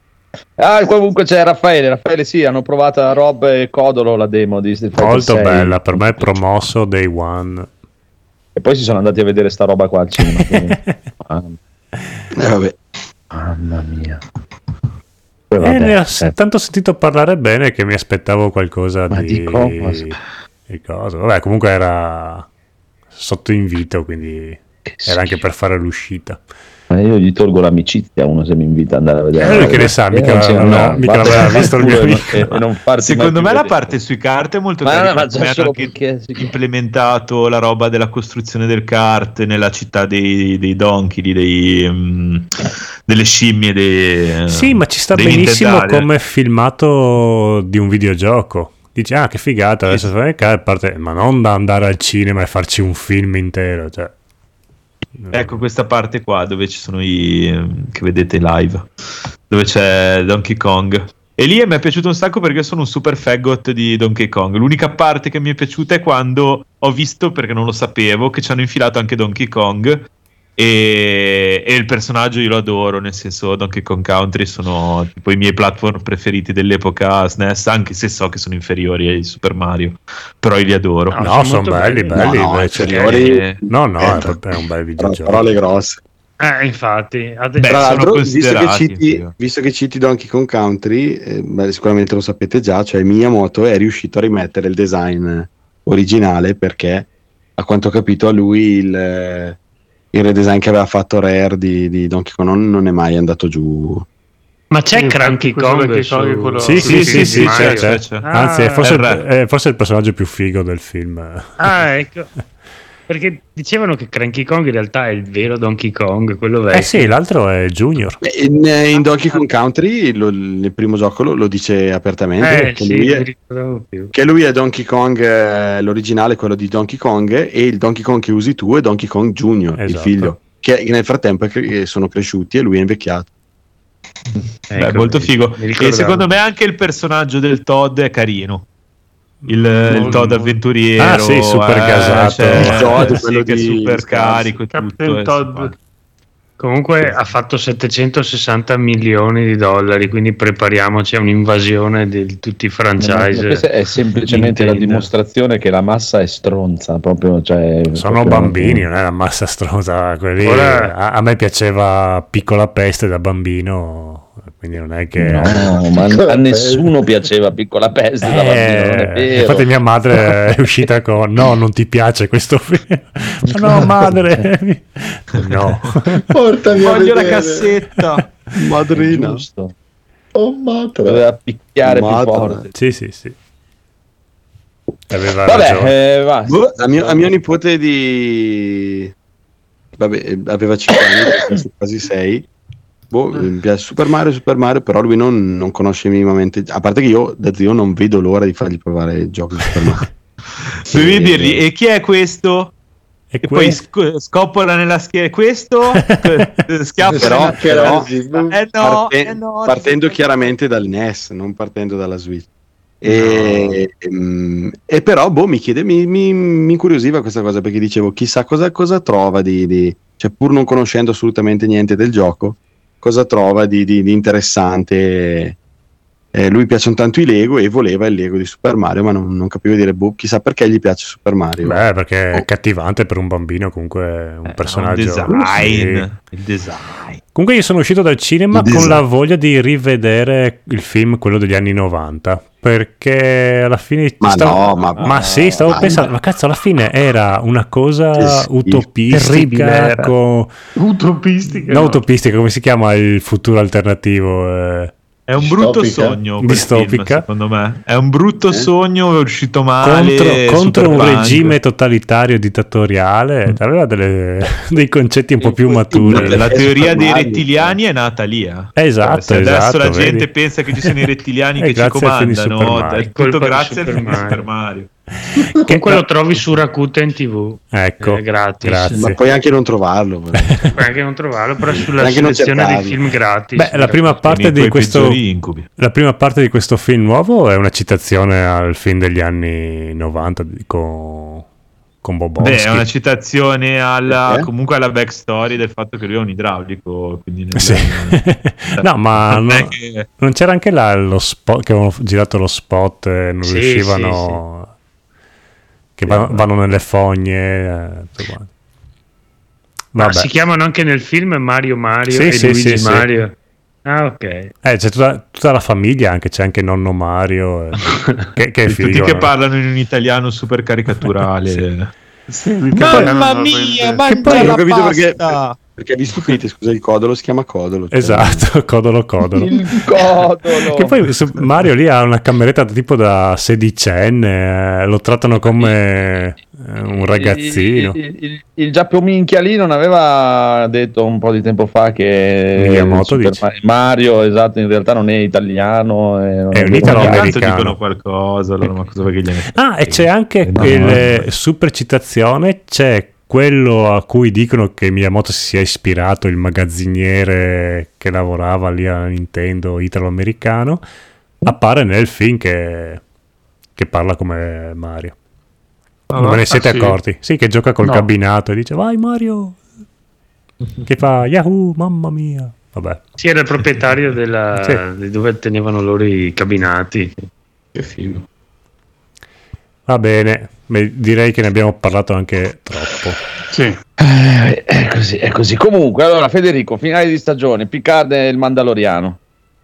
Ah, comunque c'è Raffaele. Raffaele, sì, hanno provato a Rob e Codolo la demo di Street Fighter molto sei. Bella, per me è promosso Day One. E poi si sono andati a vedere sta roba qua al cinema. Mamma. Eh, vabbè. Mamma mia. Eh, vabbè, ne ho eh. tanto sentito parlare bene che mi aspettavo qualcosa Ma di... di cosa? di cosa. Vabbè, comunque era sotto invito, quindi che era anche per fare l'uscita. Ma io gli tolgo l'amicizia a uno se mi invita ad andare a vedere. Eh, che ne sa, mica, eh, no, no, mica l'aveva visto il mio amico. E non secondo me la parte sui kart è molto carina. Ma hanno anche perché... implementato la roba della costruzione del kart nella città dei, dei donkey, dei, um, delle scimmie. Dei, sì, ma ci sta benissimo come filmato di un videogioco. Dici, ah, che figata, adesso fai il kart, parte... ma non da andare al cinema e farci un film intero, cioè. Ecco questa parte qua dove ci sono i che vedete live, dove c'è Donkey Kong, e lì mi è piaciuto un sacco perché sono un super faggot di Donkey Kong. L'unica parte che mi è piaciuta è quando ho visto, perché non lo sapevo, che ci hanno infilato anche Donkey Kong e, e il personaggio io lo adoro, nel senso Donkey Kong Country sono tipo i miei platform preferiti dell'epoca S N E S, anche se so che sono inferiori ai Super Mario, però io li adoro. No, no sono belli, belli, no, no, inferiori... no, no, è, è un bel videogioco. Parole grosse. Eh, infatti. Beh, tra l'altro, visto che, citi, visto che citi Donkey Kong Country, eh, beh, sicuramente lo sapete già, cioè Miyamoto è riuscito a rimettere il design originale perché, a quanto ho capito, a lui il... il redesign che aveva fatto Rare di, di Donkey Kong non, non è mai andato giù. Ma c'è sì, Cranky Kong su... quello... sì, sì, sì, sì, sì, c'è, c'è, c'è. Ah, anzi è forse, è forse il personaggio più figo del film. Ah, ecco, perché dicevano che Cranky Kong in realtà è il vero Donkey Kong, quello vecchio. Eh sì, l'altro è Junior. In, in Donkey Kong Country lo, nel primo gioco lo, lo dice apertamente, eh, che, sì, lui è, più. che lui è Donkey Kong, eh, l'originale, quello di Donkey Kong, e il Donkey Kong che usi tu è Donkey Kong Junior, esatto. Il figlio, che nel frattempo è, sono cresciuti e lui è invecchiato. Beh, ecco, molto figo. E secondo me anche il personaggio del Todd è carino. Il, il Todd avventuriero, ah sì, super gasato, cioè, il Todd, sì, quello che è super carico e tutto, Todd. Comunque ha fatto settecentosessanta milioni di dollari, quindi prepariamoci a un'invasione di tutti i franchise. Questa è semplicemente Nintendo. La dimostrazione che la massa è stronza, proprio, cioè, sono proprio bambini, non è la massa stronza. Quelli, Ora... a, a me piaceva Piccola Peste da bambino. Quindi non è che no, ma a nessuno piaceva Piccola Peste da bambino, non è vero. Infatti mia madre è uscita con no, non ti piace questo film. Ma no, madre, no, portami voglio la cassetta, madrina. Giusto. Oh, madre, doveva picchiare madre. Più forte. Sì, sì, sì. Aveva Vabbè, ragione. Eh, va, boh, a, mio, a mio nipote di vabbè, aveva cinque anni, quasi sei. Boh, mi piace Super Mario, Super Mario, però lui non, non conosce minimamente. A parte che io da zio non vedo l'ora di fargli provare il gioco di Super Mario. Devi dirgli, e chi è questo? E, e poi sc- scoppola nella schiena questo, schiaffa però, però eh no, parte, eh no, partendo chiaramente dal N E S, non partendo dalla Switch. E, no. e, e però boh, mi chiede, mi, mi, mi incuriosiva questa cosa, perché dicevo chissà cosa, cosa trova di, di, cioè pur non conoscendo assolutamente niente del gioco, cosa trova di, di, di interessante. Eh, lui piacciono tanto i Lego e voleva il Lego di Super Mario, ma non, non capivo dire boh, chissà perché gli piace Super Mario. Beh, perché oh. è cattivante per un bambino, comunque un eh, personaggio. No, il design, sì. il design. Comunque io sono uscito dal cinema il con design. La voglia di rivedere il film, quello degli anni novanta, perché alla fine ma stavo, no, ma, ma sì, stavo ma pensando, ma cazzo, alla fine era una cosa sì, utopistica, con... utopistica, no, no, utopistica, come si chiama il futuro alternativo? Eh... È un brutto sogno distopica film, secondo me è un brutto eh? sogno, è uscito male contro, contro un regime totalitario dittatoriale, aveva delle, dei concetti un po' più maturi. La teoria dei rettiliani è nata lì, eh. Esatto, se adesso esatto, la vedi? gente pensa che ci sono i rettiliani che ci comandano, è tutto grazie al film di Super Mario. Comunque lo trovi su Rakuten tivù, ecco, eh, gratis. Grazie. Ma puoi anche non trovarlo, puoi anche non trovarlo, però sulla selezione dei film gratis. Beh, la prima parte di questo la prima parte di questo film nuovo è una citazione al film degli anni novanta con con Bobowski. Beh, è una citazione alla, comunque alla backstory del fatto che lui è un idraulico, quindi nel, sì. No, ma non, non, che... non c'era anche là lo spot che avevano girato lo spot e non sì, riuscivano sì, sì. che vanno, vanno nelle fogne. Eh, Ma si chiamano anche nel film Mario Mario sì, e sì, Luigi sì, Mario. Sì. Ah, ok. Eh, c'è tutta, tutta la famiglia, anche c'è anche nonno Mario. Eh, che, che figo, tutti che no? parlano in un italiano super caricaturale. Sì. Sì, Mamma mia, mangia poi, la ho capito pasta. Perché, perché vi stupite, scusa, il codolo si chiama codolo. Cioè... Esatto, codolo codolo. Il codolo. Che poi su, Mario lì ha una cameretta tipo da sedicenne, eh, lo trattano come eh, un ragazzino. Il, il, il, il Giappio minchia lì non aveva detto un po' di tempo fa che Miyamoto Super dice. Mario, esatto, in realtà non è italiano, e non è un italo-americano. Dicono qualcosa, allora, ma cosa vuoi che gliene... Ah, e c'è anche no, il no. super citazione, c'è quello a cui dicono che Miyamoto si sia ispirato, il magazziniere che lavorava lì a Nintendo italo-americano, appare nel film che, che parla come Mario. Ah, non ve ne siete ah, sì? accorti? Sì, che gioca col No. cabinato e dice vai Mario, che fa Yahoo, mamma mia. Vabbè. Sì, era il proprietario della, Sì. di dove tenevano loro i cabinati. Che figo. Va bene. Beh, direi che ne abbiamo parlato anche troppo. Sì. Eh, è così, è così. Comunque, allora, Federico, finale di stagione, Picard e il Mandaloriano.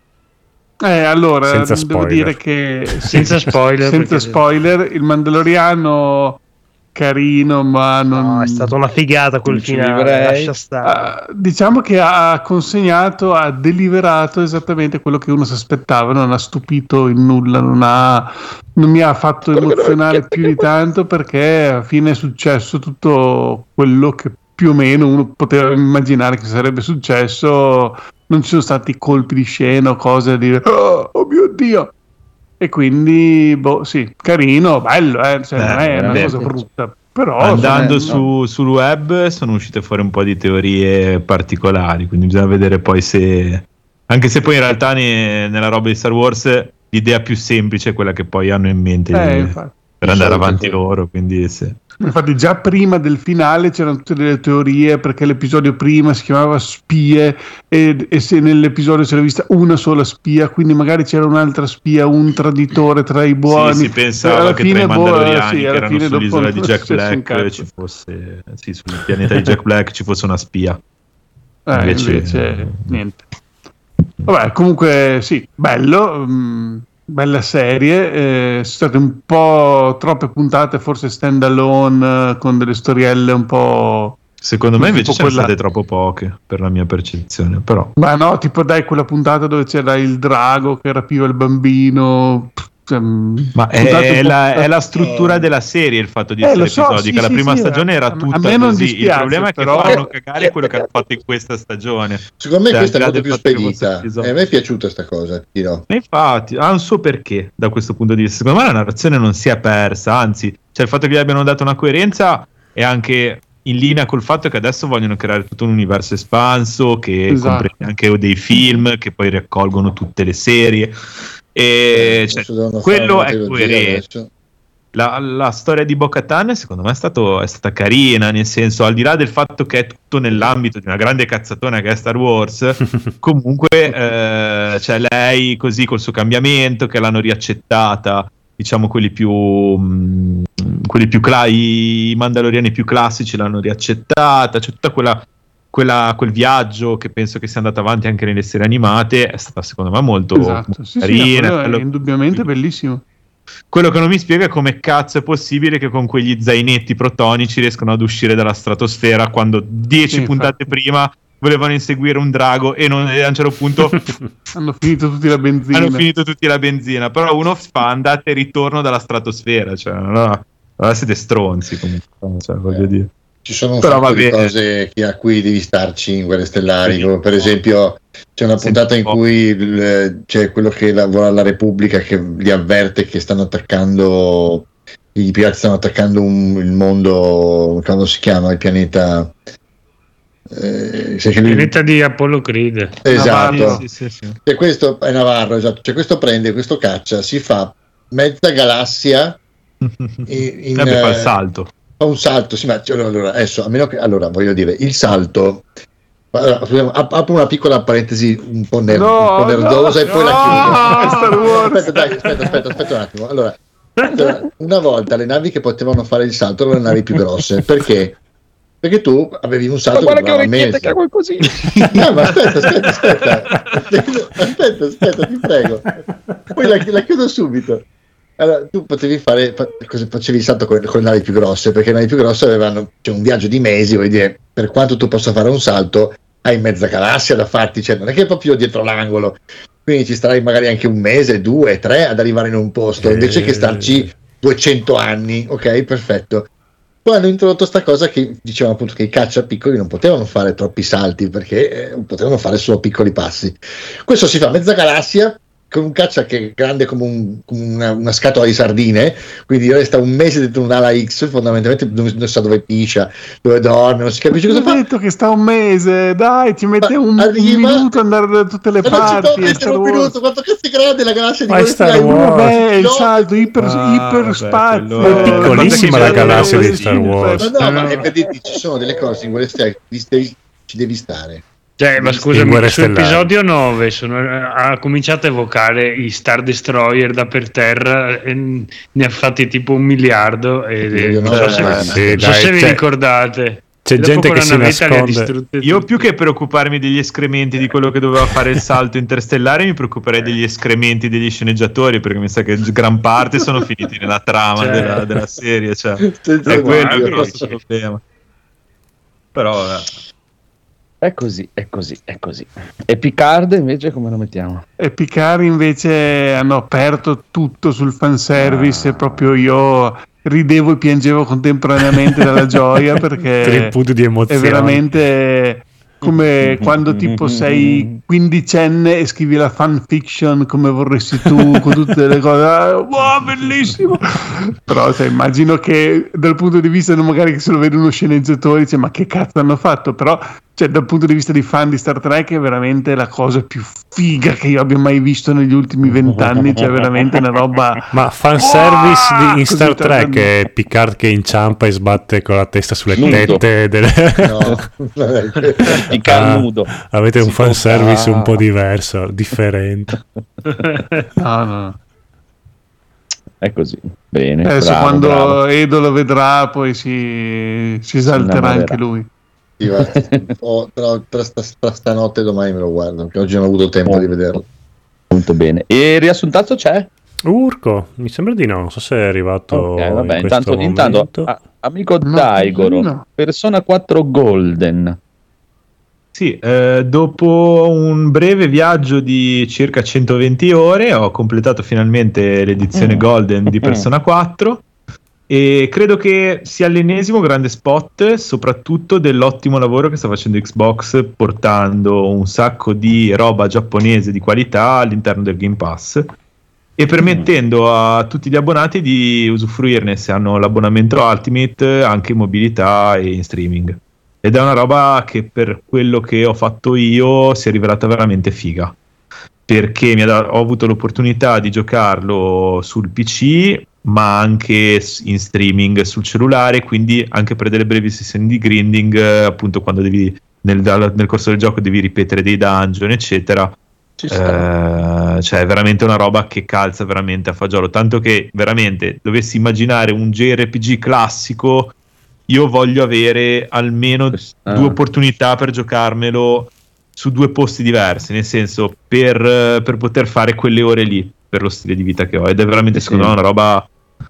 Eh, allora, Senza devo spoiler. dire che Senza spoiler. senza perché- spoiler, il Mandaloriano carino, ma non No, è stata una figata quel Non ci finale, vivrei. lascia stare. Ah, diciamo che ha consegnato, ha deliberato esattamente quello che uno si aspettava, non ha stupito in nulla, non, ha, non mi ha fatto emozionare più di tanto, perché alla fine è successo tutto quello che più o meno uno poteva immaginare che sarebbe successo. Non ci sono stati colpi di scena o cose da dire oh, oh mio Dio, e quindi boh, sì, carino, bello, eh, cioè, Beh, non è una veramente. cosa brutta, però Andando insomma, su, sul web sono uscite fuori un po' di teorie particolari, quindi bisogna vedere poi se, anche se poi in realtà ne- nella roba di Star Wars l'idea più semplice è quella che poi hanno in mente eh, di- infatti. per andare solito avanti quello. loro, quindi se... Infatti già prima del finale c'erano tutte delle teorie, perché l'episodio prima si chiamava Spie e, e se nell'episodio c'era vista una sola spia, quindi magari c'era un'altra spia, un traditore tra i buoni. Sì, si pensava Alla che fine, tra i boh, Mandaloriani sì, che alla erano fine dopo sull'isola di non è Jack successo un Black cazzo. ci fosse, sì, sul pianeta di Jack Black ci fosse una spia. Eh, Invece- invece, niente. Vabbè, comunque sì, bello, mh, bella serie, eh, sono state un po' troppe puntate, forse stand alone, eh, con delle storielle un po'... Secondo me invece Tipo sono quella- state troppo poche per la mia percezione, però Ma no, tipo dai quella puntata dove c'era il drago che rapiva il bambino. pff, cioè, ma puntate è un po'- la, è la struttura della serie il fatto di Eh, essere lo so, episodi, sì, che la sì, prima sì, stagione a- era a tutta me non così. Il dispiace, problema è che però- fanno cagare quello che hanno fatto in questa stagione. Secondo me Cioè, questa è al di là molto più del fatto che fosse spedita. episodio. E a me è piaciuta sta cosa, dirò. E infatti ha un suo perché da questo punto di vista. Secondo me la narrazione non si è persa, anzi, cioè il fatto che gli abbiano dato una coerenza è anche in linea col fatto che adesso vogliono creare tutto un universo espanso che Esatto. comprende anche dei film che poi raccolgono tutte le serie. E cioè, Adesso devono fare quello una è trilogia coerente. adesso. La, la storia di Bo-Katan secondo me è, stato, è stata carina, nel senso, al di là del fatto che è tutto nell'ambito di una grande cazzatona che è Star Wars, comunque eh, cioè lei così col suo cambiamento, che l'hanno riaccettata, diciamo quelli più mh, quelli più cla- i mandaloriani più classici l'hanno riaccettata, c'è tutta quella, quella quel viaggio che penso che sia andato avanti anche nelle serie animate, è stata secondo me molto, Esatto, molto sì, sì, carina. no, quello è quello- indubbiamente bellissimo. Quello che non mi spiega è come cazzo è possibile che con quegli zainetti protonici riescono ad uscire dalla stratosfera quando dieci Sì, puntate prima volevano inseguire un drago e, non, e a un certo punto Hanno finito tutti la benzina. hanno finito tutti la benzina. Però uno fa andata e ritorno dalla stratosfera, cioè allora, allora siete stronzi comunque, cioè, voglio dire. Ci sono un Però sacco va di bene. cose che- a cui devi starci in Guerre Stellari, Sì. come per esempio c'è una Sì, puntata in un po'. cui il- c'è quello che lavora alla Repubblica che li avverte che stanno attaccando, i pirati stanno attaccando un- il mondo, come si chiama, il pianeta... Eh, sai che Il lui- pianeta di Apollo Creed. esatto. Navarro. Sì, sì, sì. E questo è Navarro, esatto. Cioè questo prende, questo caccia, si fa mezza galassia in, in, Vabbè, fa il eh, salto. fa un salto, sì, ma cioè, allora, adesso, a meno che, allora, voglio dire, il salto, allora, scusate, ap- apro una piccola parentesi un po', ner- No, un po' nerdosa no, e poi no, la chiudo. Star Wars. Aspetta, dai, aspetta, aspetta, aspetta un attimo. Allora, Allora, una volta le navi che potevano fare il salto erano le navi più grosse. Perché? Perché tu avevi un salto ma che guarda che durava orecchietta mesi. che ha qualcosina. No, ma aspetta, aspetta, aspetta. Aspetta, aspetta, ti prego. Poi la, la chiudo subito. Allora, tu potevi fare, facevi il salto con, con le navi più grosse, perché le navi più grosse avevano, cioè, un viaggio di mesi, vuol dire, per quanto tu possa fare un salto, hai mezza galassia da farti, cioè non è che è proprio dietro l'angolo, quindi ci starai magari anche un mese, due, tre ad arrivare in un posto, invece che starci duecento anni, ok, perfetto. Poi hanno introdotto sta cosa che dicevano appunto che i caccia piccoli non potevano fare troppi salti, perché eh, potevano fare solo piccoli passi. Questo si fa mezza galassia, con un caccia che è grande come, un, come una, una scatola di sardine, quindi resta un mese dentro un'ala X, fondamentalmente non, non sa dove piscia, dove dorme, non si capisce cosa fa. Ho detto che sta un mese, dai, ci mette un, arriva, un minuto ad andare da tutte le ma parti. Non ci un minuto, quanto cazzo è grande la galassia di Star Wars? Beh, il salto iper, ah, iperspazio. È piccolissima la galassia di Star Wars. Ma no, ma è per dirti, ci sono delle cose in quelle stelle, ci devi stare. Cioè, ma scusami, su episodio nove sono, ha cominciato a evocare i Star Destroyer da per terra e ne ha fatti tipo un miliardo e non so se, sì, non so se vi ricordate. C'è gente che si nasconde. Io più che preoccuparmi degli escrementi di quello che doveva fare il salto interstellare, mi preoccuperei degli escrementi degli sceneggiatori, perché mi sa che gran parte sono finiti nella trama cioè. della, della serie, cioè. È quello il grosso problema. Però eh. È così, è così, è così. E Picard invece come lo mettiamo? E Picard invece hanno aperto tutto sul fanservice ah. e proprio io ridevo e piangevo contemporaneamente dalla gioia, perché tripudio di emozioni. È veramente come quando tipo sei quindicenne e scrivi la fanfiction come vorresti tu, con tutte le cose, wow, bellissimo. Però cioè, immagino che dal punto di vista magari che se lo vede uno sceneggiatore dice ma che cazzo hanno fatto, però cioè, dal punto di vista di fan di Star Trek è veramente la cosa più figa che io abbia mai visto negli ultimi vent'anni, cioè veramente una roba. Ma fanservice wow! di, in Star Trek è Picard che inciampa e sbatte con la testa sulle nudo. tette delle... no, Picard ah, nudo. Avete si un fanservice un po' diverso, differente. No, no. È così, bene. Adesso bravo, quando bravo. Edo lo vedrà poi si, si esalterà anche lui. Oh, tra, tra, tra, tra stanotte e domani me lo guardo, perché oggi non ho avuto tempo oh, di vederlo. Molto bene. E il riassuntazzo c'è? Urco, mi sembra di no, non so se è arrivato. Ok, vabbè, in intanto, intanto a, amico no, Daigoro, no. Persona quattro Golden. Sì, eh, dopo un breve viaggio di circa centoventi ore ho completato finalmente l'edizione mm. Golden di Persona quattro. E credo che sia l'ennesimo grande spot, soprattutto dell'ottimo lavoro che sta facendo Xbox, portando un sacco di roba giapponese di qualità all'interno del Game Pass e permettendo a tutti gli abbonati di usufruirne, se hanno l'abbonamento Ultimate, anche in mobilità e in streaming. Ed è una roba che per quello che ho fatto io si è rivelata veramente figa, perché mi ha, ho avuto l'opportunità di giocarlo sul P C, ma anche in streaming sul cellulare, quindi anche per delle brevi sessioni di grinding, appunto quando devi nel, nel corso del gioco devi ripetere dei dungeon eccetera. Ci sta. Eh, cioè è veramente una roba che calza veramente a fagiolo, tanto che veramente dovessi immaginare un J R P G classico, io voglio avere almeno ah. due opportunità per giocarmelo su due posti diversi, nel senso per, per poter fare quelle ore lì per lo stile di vita che ho, ed è veramente sì, secondo me una roba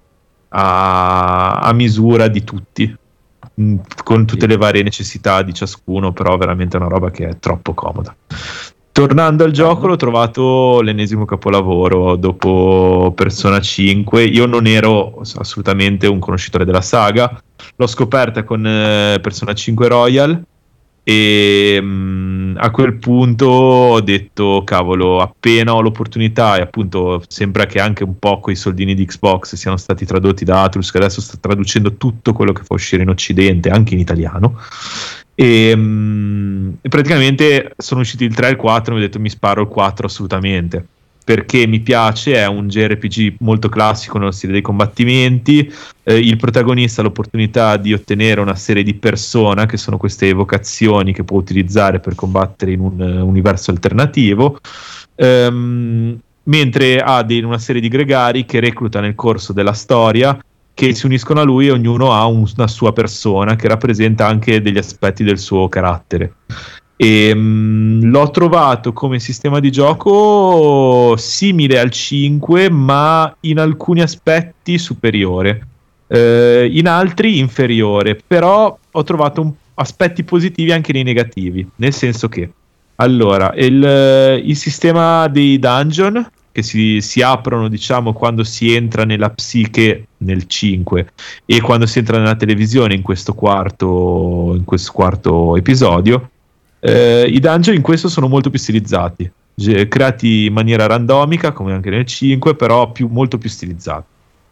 a, a misura di tutti, mh, con tutte sì. le varie necessità di ciascuno, però veramente una roba che è troppo comoda. Tornando al gioco, l'ho trovato l'ennesimo capolavoro dopo Persona cinque. Io non ero assolutamente un conoscitore della saga, l'ho scoperta con eh, Persona cinque Royal e mh, a quel punto ho detto cavolo, appena ho l'opportunità, e appunto sembra che anche un po' quei soldini di Xbox siano stati tradotti da Atlus, che adesso sta traducendo tutto quello che fa uscire in Occidente anche in italiano, e, mh, e praticamente sono usciti il tre e il quattro e mi ho detto mi sparo il quattro assolutamente, perché mi piace, è un J R P G molto classico nello stile dei combattimenti, eh, il protagonista ha l'opportunità di ottenere una serie di persona, che sono queste evocazioni che può utilizzare per combattere in un uh, universo alternativo, um, mentre ha dei, una serie di gregari che recluta nel corso della storia, che si uniscono a lui e ognuno ha un, una sua persona che rappresenta anche degli aspetti del suo carattere. E mh, l'ho trovato come sistema di gioco simile al cinque, ma in alcuni aspetti superiore, eh, in altri inferiore, però ho trovato un, aspetti positivi anche nei negativi, nel senso che allora il, il sistema dei dungeon che si, si aprono, diciamo, quando si entra nella psiche nel cinque e quando si entra nella televisione in questo quarto, in questo quarto episodio. Eh, I dungeon in questo sono molto più stilizzati, G- creati in maniera randomica come anche nel cinque, però più, molto più stilizzati.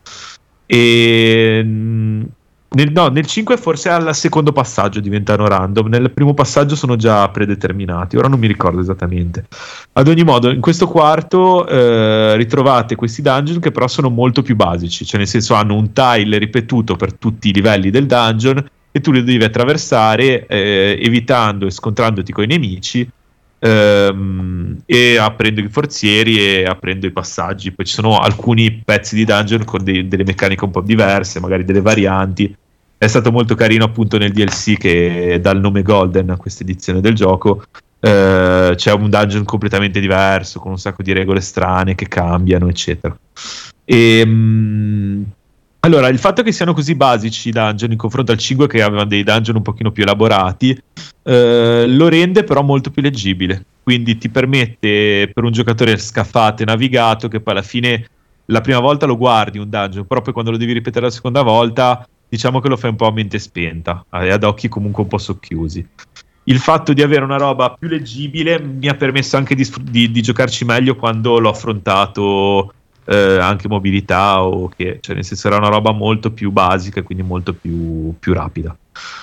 E nel, no, nel cinque forse al secondo passaggio diventano random, nel primo passaggio sono già predeterminati, ora non mi ricordo esattamente. Ad ogni modo in questo quarto eh, ritrovate questi dungeon che però sono molto più basici, cioè nel senso hanno un tile ripetuto per tutti i livelli del dungeon e tu li devi attraversare eh, evitando e scontrandoti con i nemici, ehm, e aprendo i forzieri e aprendo i passaggi. Poi ci sono alcuni pezzi di dungeon con dei, delle meccaniche un po' diverse, magari delle varianti. È stato molto carino appunto nel D L C che dà il nome Golden a questa edizione del gioco. Eh, c'è un dungeon completamente diverso con un sacco di regole strane che cambiano, eccetera. E mh, allora, il fatto che siano così basici i dungeon in confronto al cinque, che avevano dei dungeon un pochino più elaborati, eh, lo rende però molto più leggibile. Quindi ti permette, per un giocatore scafato e navigato, che poi alla fine la prima volta lo guardi un dungeon, però poi quando lo devi ripetere la seconda volta, diciamo che lo fai un po' a mente spenta e ad occhi comunque un po' socchiusi. Il fatto di avere una roba più leggibile mi ha permesso anche di, di, di giocarci meglio quando l'ho affrontato Eh, anche mobilità, o che, cioè nel senso era una roba molto più basica, quindi molto più, più rapida.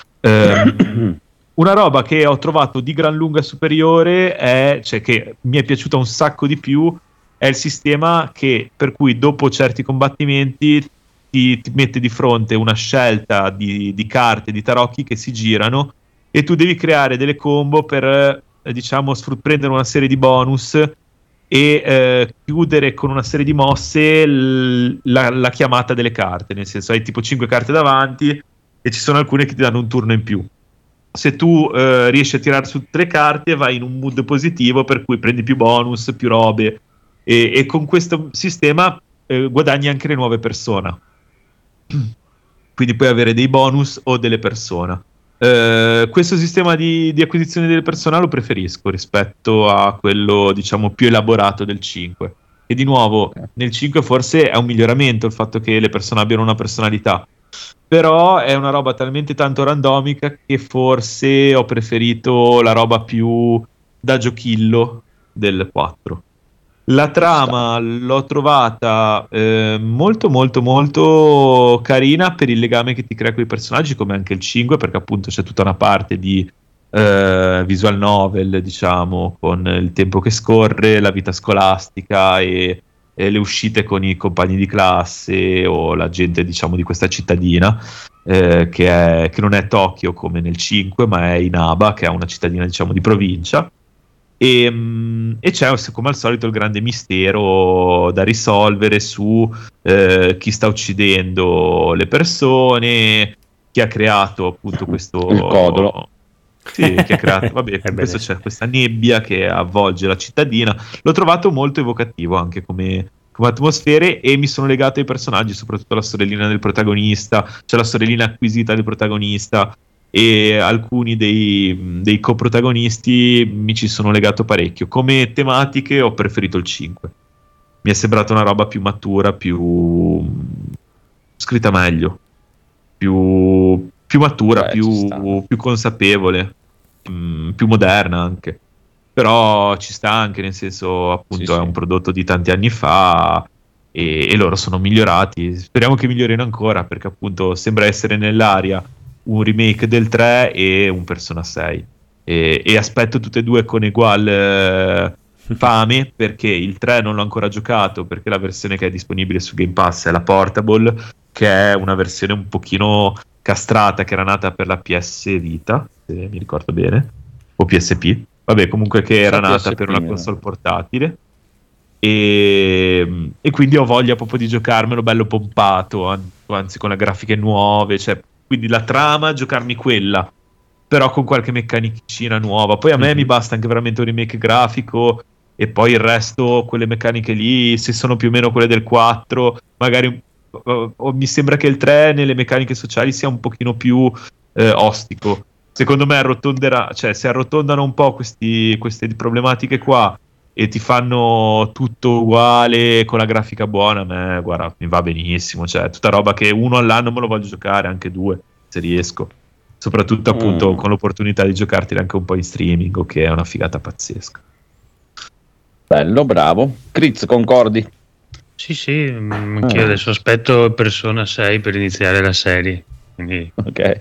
Eh, una roba che ho trovato di gran lunga superiore è, cioè che mi è piaciuta un sacco di più, è il sistema che per cui dopo certi combattimenti ti, ti mette di fronte una scelta di, di carte, di tarocchi che si girano e tu devi creare delle combo per eh, diciamo sfrut- prendere una serie di bonus e eh, chiudere con una serie di mosse l- la, la chiamata delle carte, nel senso hai tipo cinque carte davanti e ci sono alcune che ti danno un turno in più. Se tu eh, riesci a tirare su tre carte vai in un mood positivo, per cui prendi più bonus, più robe e, e con questo sistema eh, guadagni anche le nuove persone, quindi puoi avere dei bonus o delle persone. Uh, questo sistema di, di acquisizione del personale lo preferisco rispetto a quello, diciamo, più elaborato del cinque. E di nuovo, nel cinque forse è un miglioramento il fatto che le persone abbiano una personalità, però è una roba talmente tanto randomica che forse ho preferito la roba più da giochillo del quattro. La trama l'ho trovata eh, molto molto molto carina per il legame che ti crea con i personaggi, come anche il cinque, perché appunto c'è tutta una parte di eh, visual novel, diciamo, con il tempo che scorre, la vita scolastica e, e le uscite con i compagni di classe o la gente, diciamo, di questa cittadina eh, che, è, che non è Tokyo come nel cinque, ma è Inaba, che è una cittadina, diciamo, di provincia. E, e c'è come al solito il grande mistero da risolvere su eh, chi sta uccidendo le persone, chi ha creato appunto questo il codolo. Sì, chi ha creato, vabbè, questo c'è questa nebbia che avvolge la cittadina. L'ho trovato molto evocativo anche come, come atmosfere, e mi sono legato ai personaggi, soprattutto alla sorellina del protagonista. C'è la sorellina acquisita del protagonista e alcuni dei, dei coprotagonisti mi ci sono legato parecchio. Come tematiche ho preferito il cinque, mi è sembrata una roba più matura, più scritta meglio, più, più matura, Beh, più, più consapevole, mh, più moderna anche, però ci sta anche, nel senso appunto sì, è sì. un prodotto di tanti anni fa e, e loro sono migliorati, speriamo che migliorino ancora, perché appunto sembra essere nell'aria un remake del tre e un Persona sei, e, e aspetto tutte e due con ugual eh, fame, perché il tre non l'ho ancora giocato, perché la versione che è disponibile su Game Pass è la Portable, che è una versione un pochino castrata, che era nata per la P S Vita, se mi ricordo bene, o P S P, vabbè, comunque che era nata P S P, per una console portatile. e, e quindi ho voglia proprio di giocarmelo bello pompato, anzi con le grafiche nuove, cioè, quindi la trama, giocarmi quella, però con qualche meccanicina nuova. Poi a me mm-hmm. mi basta anche veramente un remake grafico, e poi il resto, quelle meccaniche lì, se sono più o meno quelle del quattro, magari uh, uh, mi sembra che il tre nelle meccaniche sociali sia un pochino più uh, ostico. Secondo me arrotonderà, cioè se arrotondano un po' questi, queste problematiche qua e ti fanno tutto uguale con la grafica buona, a me, guarda, mi va benissimo, cioè tutta roba che uno all'anno me lo voglio giocare, anche due, se riesco. Soprattutto appunto mm. con l'opportunità di giocarteli anche un po' in streaming, che è una figata pazzesca. Bello, bravo. Critz, concordi? Sì, sì, anch'io ah. adesso aspetto Persona sei per iniziare la serie. Quindi... Ok.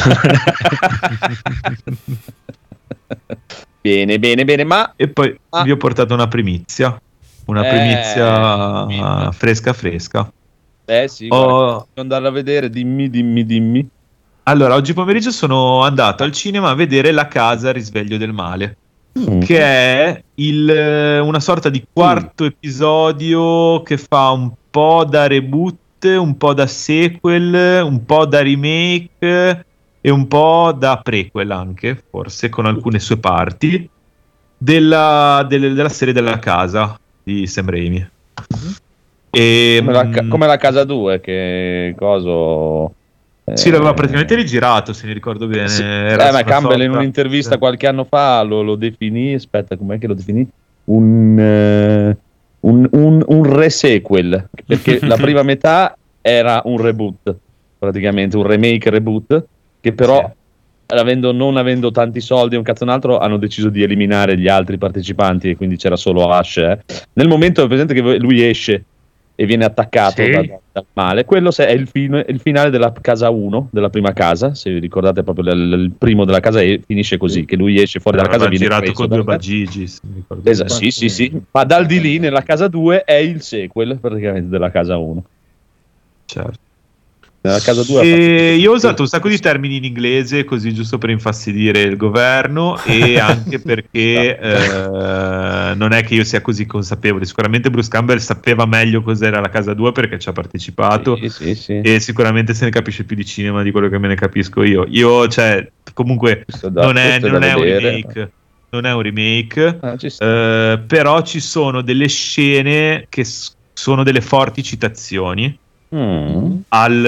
Bene, bene, bene, ma... E poi ah. vi ho portato una primizia. Una eh, primizia dimmi. fresca fresca. Eh sì, oh. guarda, andarla a vedere, dimmi, dimmi, dimmi. Allora, oggi pomeriggio sono andato al cinema a vedere La Casa Risveglio del Male. Mm. Che è il, una sorta di quarto mm. episodio che fa un po' da reboot, un po' da sequel, un po' da remake e un po' da prequel anche, forse con alcune sue parti della, delle, della serie della Casa di Sam Raimi. Mm-hmm. E, come, la, come la Casa due, che coso... Sì, l'aveva praticamente rigirato, se mi ricordo bene. Sì. Era eh, ma Campbell in un'intervista qualche anno fa lo, lo definì, aspetta, com'è che lo definì? Un, uh, un, un, un re-sequel, perché la prima metà era un reboot, praticamente un remake reboot, che però, sì. avendo, non avendo tanti soldi e un cazzo un altro, hanno deciso di eliminare gli altri partecipanti e quindi c'era solo Ash. Eh. Nel momento, presente che lui esce e viene attaccato sì. dal, dal male, quello è il, film, il finale della casa uno, della prima casa, se vi ricordate proprio il, il primo della casa, e finisce così, che lui esce fuori dalla casa e viene girato con due bagigi, esatto, sì sì sì, ma dal di lì nella casa due è il sequel praticamente della casa uno. Certo. Nella casa due e io ho usato un sacco di termini in inglese, così giusto per infastidire il governo, e anche perché eh, non è che io sia così consapevole. Sicuramente Bruce Campbell sapeva meglio cos'era la casa due perché ci ha partecipato, sì, sì, sì. e sicuramente se ne capisce più di cinema di quello che me ne capisco io. Io, cioè, comunque da, non è, non è un remake, non è un remake, ah, eh, però ci sono delle scene che s- sono delle forti citazioni. Mm. Al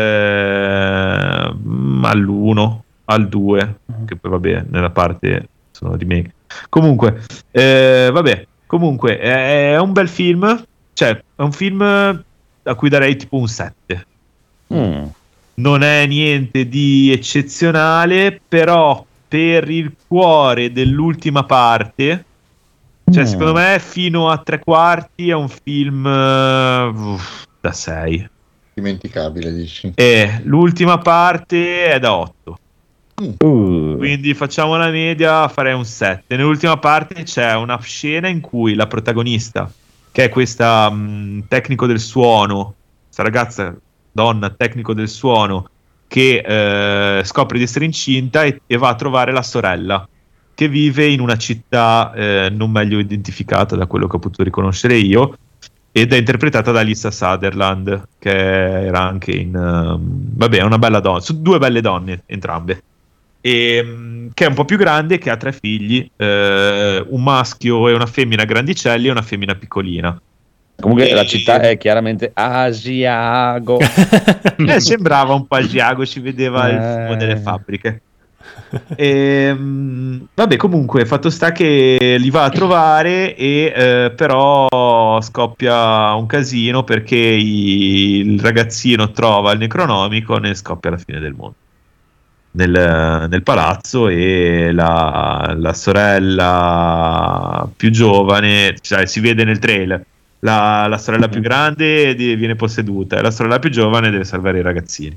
eh, all'uno, al due, che poi vabbè nella parte sono remake. Comunque eh, vabbè, comunque è, è un bel film, cioè è un film a cui darei tipo un sette. Mm. Non è niente di eccezionale, però per il cuore dell'ultima parte, cioè mm. secondo me fino a tre quarti è un film uh, da sei. Dimenticabile, dici? E l'ultima parte è da otto. Uh. Quindi facciamo una media, farei un sette. Nell'ultima parte c'è una scena in cui la protagonista, che è questa mh, tecnico del suono, questa ragazza, donna tecnico del suono, che eh, scopre di essere incinta e, e va a trovare la sorella, che vive in una città eh, non meglio identificata da quello che ho potuto riconoscere io, ed è interpretata da Alyssa Sutherland, che era anche in um, vabbè, è una bella donna, sono due belle donne entrambe, e, um, che è un po' più grande, che ha tre figli, eh, un maschio e una femmina grandicelli e una femmina piccolina. Comunque e... la città è chiaramente Asiago. eh, sembrava un po' Asiago, si vedeva eh... il fumo delle fabbriche. E, vabbè, comunque fatto sta che li va a trovare, e eh, però scoppia un casino perché i, il ragazzino trova il Necronomicon e scoppia la fine del mondo nel, nel palazzo, e la, la sorella più giovane, cioè si vede nel trailer, la, la sorella più grande viene posseduta e la sorella più giovane deve salvare i ragazzini.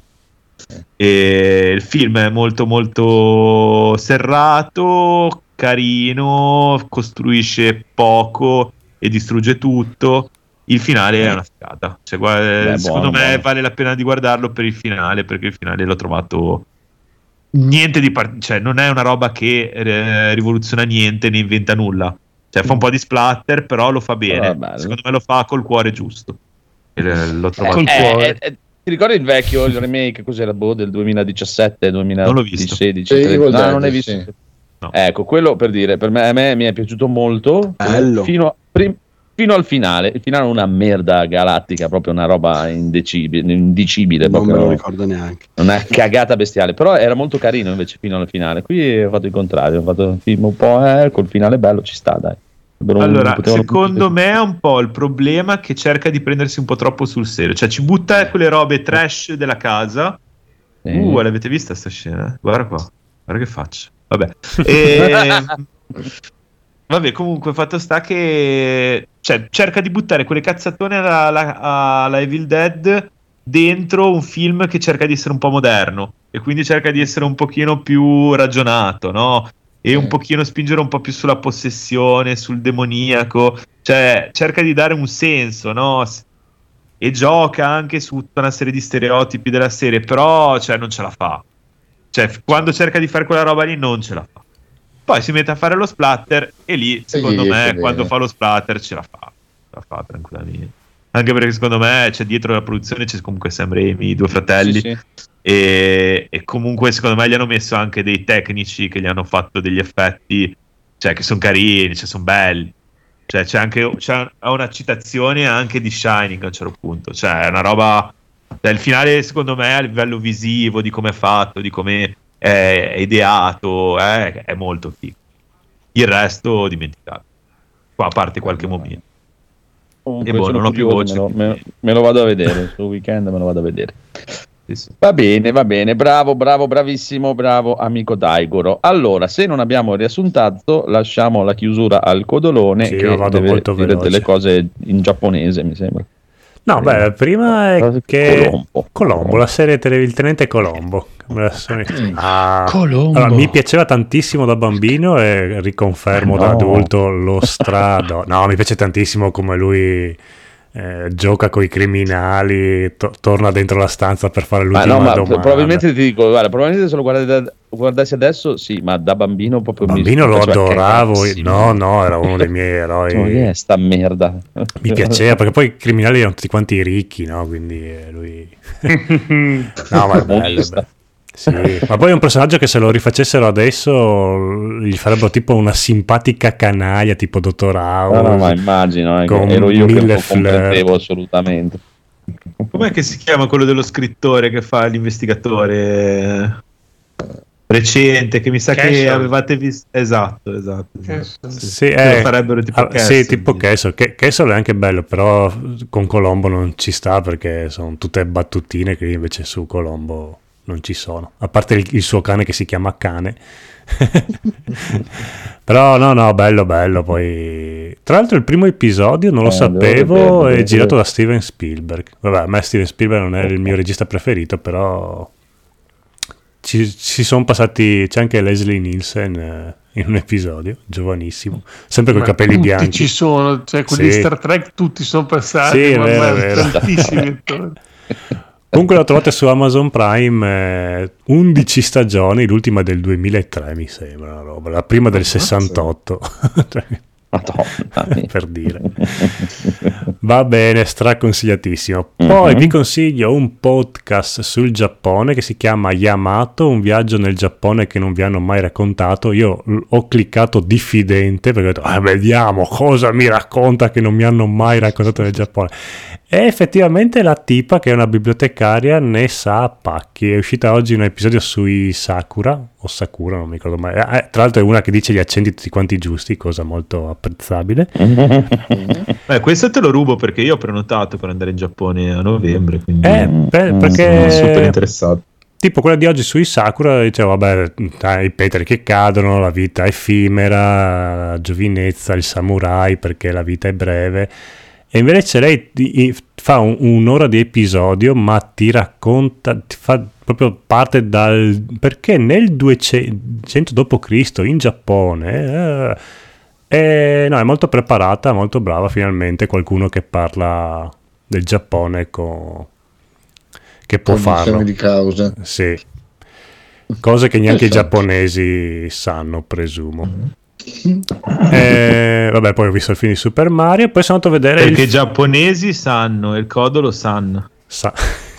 E il film è molto molto serrato, carino, costruisce poco e distrugge tutto. Il finale è una figata, cioè, guarda, Beh, secondo buono, me buono. Vale la pena di guardarlo per il finale, perché il finale l'ho trovato niente di part- cioè non è una roba che eh, rivoluziona niente, ne inventa nulla, Cioè fa un po' di splatter, però lo fa bene. Oh, secondo me lo fa col cuore giusto. L'ho trovato eh, col cuore. Eh, eh, ti ricordi il vecchio, il remake, cos'era, boh, del duemiladiciassette, duemilasedici? Non l'ho visto. No, non hai visto. Sì. No. Ecco, quello per dire, per me, a me mi è piaciuto molto. Bello. Fino a, prim, fino al finale. Il finale è una merda galattica, proprio una roba indecibile, indicibile. Non proprio, me lo ricordo neanche. Una cagata bestiale, però era molto carino invece fino al finale. Qui ho fatto il contrario, ho fatto un film un po' eh, col finale bello, ci sta, dai. Allora, secondo me è un po' il problema che cerca di prendersi un po' troppo sul serio, cioè ci butta quelle robe trash della casa. Sì. Uh, l'avete vista sta scena? Guarda qua, guarda che faccio. Vabbè. E... Vabbè, comunque fatto sta che cioè, cerca di buttare quelle cazzatone alla, alla, alla Evil Dead dentro un film che cerca di essere un po' moderno e quindi cerca di essere un pochino più ragionato, no? E un pochino spingere un po' più sulla possessione, sul demoniaco, cioè cerca di dare un senso, no? E gioca anche su tutta una serie di stereotipi della serie, però cioè non ce la fa. Cioè quando cerca di fare quella roba lì non ce la fa. Poi si mette a fare lo splatter e lì, secondo me, quando fa lo splatter ce la fa. Ce la fa tranquillamente. Anche perché secondo me c'è dietro la produzione c'è comunque Sam Raimi, i due fratelli. Sì, sì. E, e comunque secondo me gli hanno messo anche dei tecnici che gli hanno fatto degli effetti, cioè che sono carini, cioè sono belli, cioè c'è anche c'è una citazione anche di Shining a un certo punto, cioè è una roba, cioè il finale secondo me a livello visivo di come è fatto, di come è ideato, è, è molto figo. Il resto dimenticato, qua a parte qualche momento. Comunque, e boh, non ho più voce, me lo, me, me lo vado a vedere sul weekend, me lo vado a vedere. Sì, sì. Va bene, va bene, bravo, bravo, bravissimo, bravo amico Daigoro. Allora, se non abbiamo riassuntato, lasciamo la chiusura al Codolone, sì, che vado deve molto dire veloce. Delle cose in giapponese, mi sembra. No, eh, beh, prima è che Colombo, Colombo la serie televisiva, il tenente Colombo. Ah, Colombo. Allora, mi piaceva tantissimo da bambino e riconfermo no. da adulto lo strado. No, mi piace tantissimo come lui eh, gioca con i criminali, to- torna dentro la stanza per fare l'ultima ma no, ma domanda. Probabilmente ti dico, guarda, probabilmente se lo guardi da, guardassi adesso, sì, ma da bambino proprio bambino mi lo adoravo. No, no, era uno dei miei eroi. Oh, che è sta merda? Mi piaceva perché poi i criminali erano tutti quanti ricchi, no? Quindi eh, lui no, ma è bello, bello. Sì, ma poi è un personaggio che se lo rifacessero adesso gli farebbero tipo una simpatica canaglia tipo Dottor House. No, no, ma immagino, eh, che ero io che non lo comprendevo assolutamente. Com'è che si chiama quello dello scrittore che fa l'investigatore recente, che mi sa Castle. Che avevate visto? Esatto, esatto, esatto. Sì, sì, eh, lo farebbero tipo ah, Castle. Sì, tipo Castle. Castle è anche bello, però con Colombo non ci sta perché sono tutte battutine che invece su Colombo non ci sono, a parte il, il suo cane che si chiama Cane. Però no no bello bello. Poi tra l'altro il primo episodio non lo eh, sapevo, è girato da Steven Spielberg. Vabbè, a me Steven Spielberg non è il mio regista preferito, però ci, ci sono passati, c'è anche Leslie Nielsen eh, in un episodio, giovanissimo, sempre con i capelli tutti bianchi ci sono, cioè quelli sì. Star Trek tutti sono passati, sì, ma vero, vero. Tantissimi attori. Comunque la trovate su Amazon Prime, eh, undici stagioni, l'ultima è del duemilatré mi sembra, una roba, la prima del sessantotto. Cioè, Madonna, per dire. Va bene, straconsigliatissimo. Poi mm-hmm. vi consiglio un podcast sul Giappone che si chiama Yamato, un viaggio nel Giappone che non vi hanno mai raccontato. Io ho cliccato diffidente perché ho detto ah, vediamo cosa mi racconta che non mi hanno mai raccontato del Giappone. E effettivamente la tipa, che è una bibliotecaria, ne sa a pacchi. È uscita oggi un episodio sui Sakura o Sakura, non mi ricordo mai. Eh, tra l'altro è una che dice gli accenti tutti quanti giusti, cosa molto apprezzabile. Beh, questo te lo rubo perché io ho prenotato per andare in Giappone a novembre, quindi eh, per, perché sono super interessato. Tipo quella di oggi sui Sakura diceva vabbè, i petali che cadono, la vita è effimera, la giovinezza, il samurai perché la vita è breve. E invece lei fa un, un'ora di episodio, ma ti racconta, ti fa proprio parte dal perché nel duecento dopo Cristo in Giappone. Eh, e no, è molto preparata, molto brava, finalmente qualcuno che parla del Giappone con, che può farlo. Di causa. Sì. Cose che neanche esatto. i giapponesi sanno, presumo. Mm-hmm. Eh, Eh, vabbè, poi ho visto il film di Super Mario, poi sono andato a vedere perché il... i giapponesi sanno e il codo lo sanno. Sa...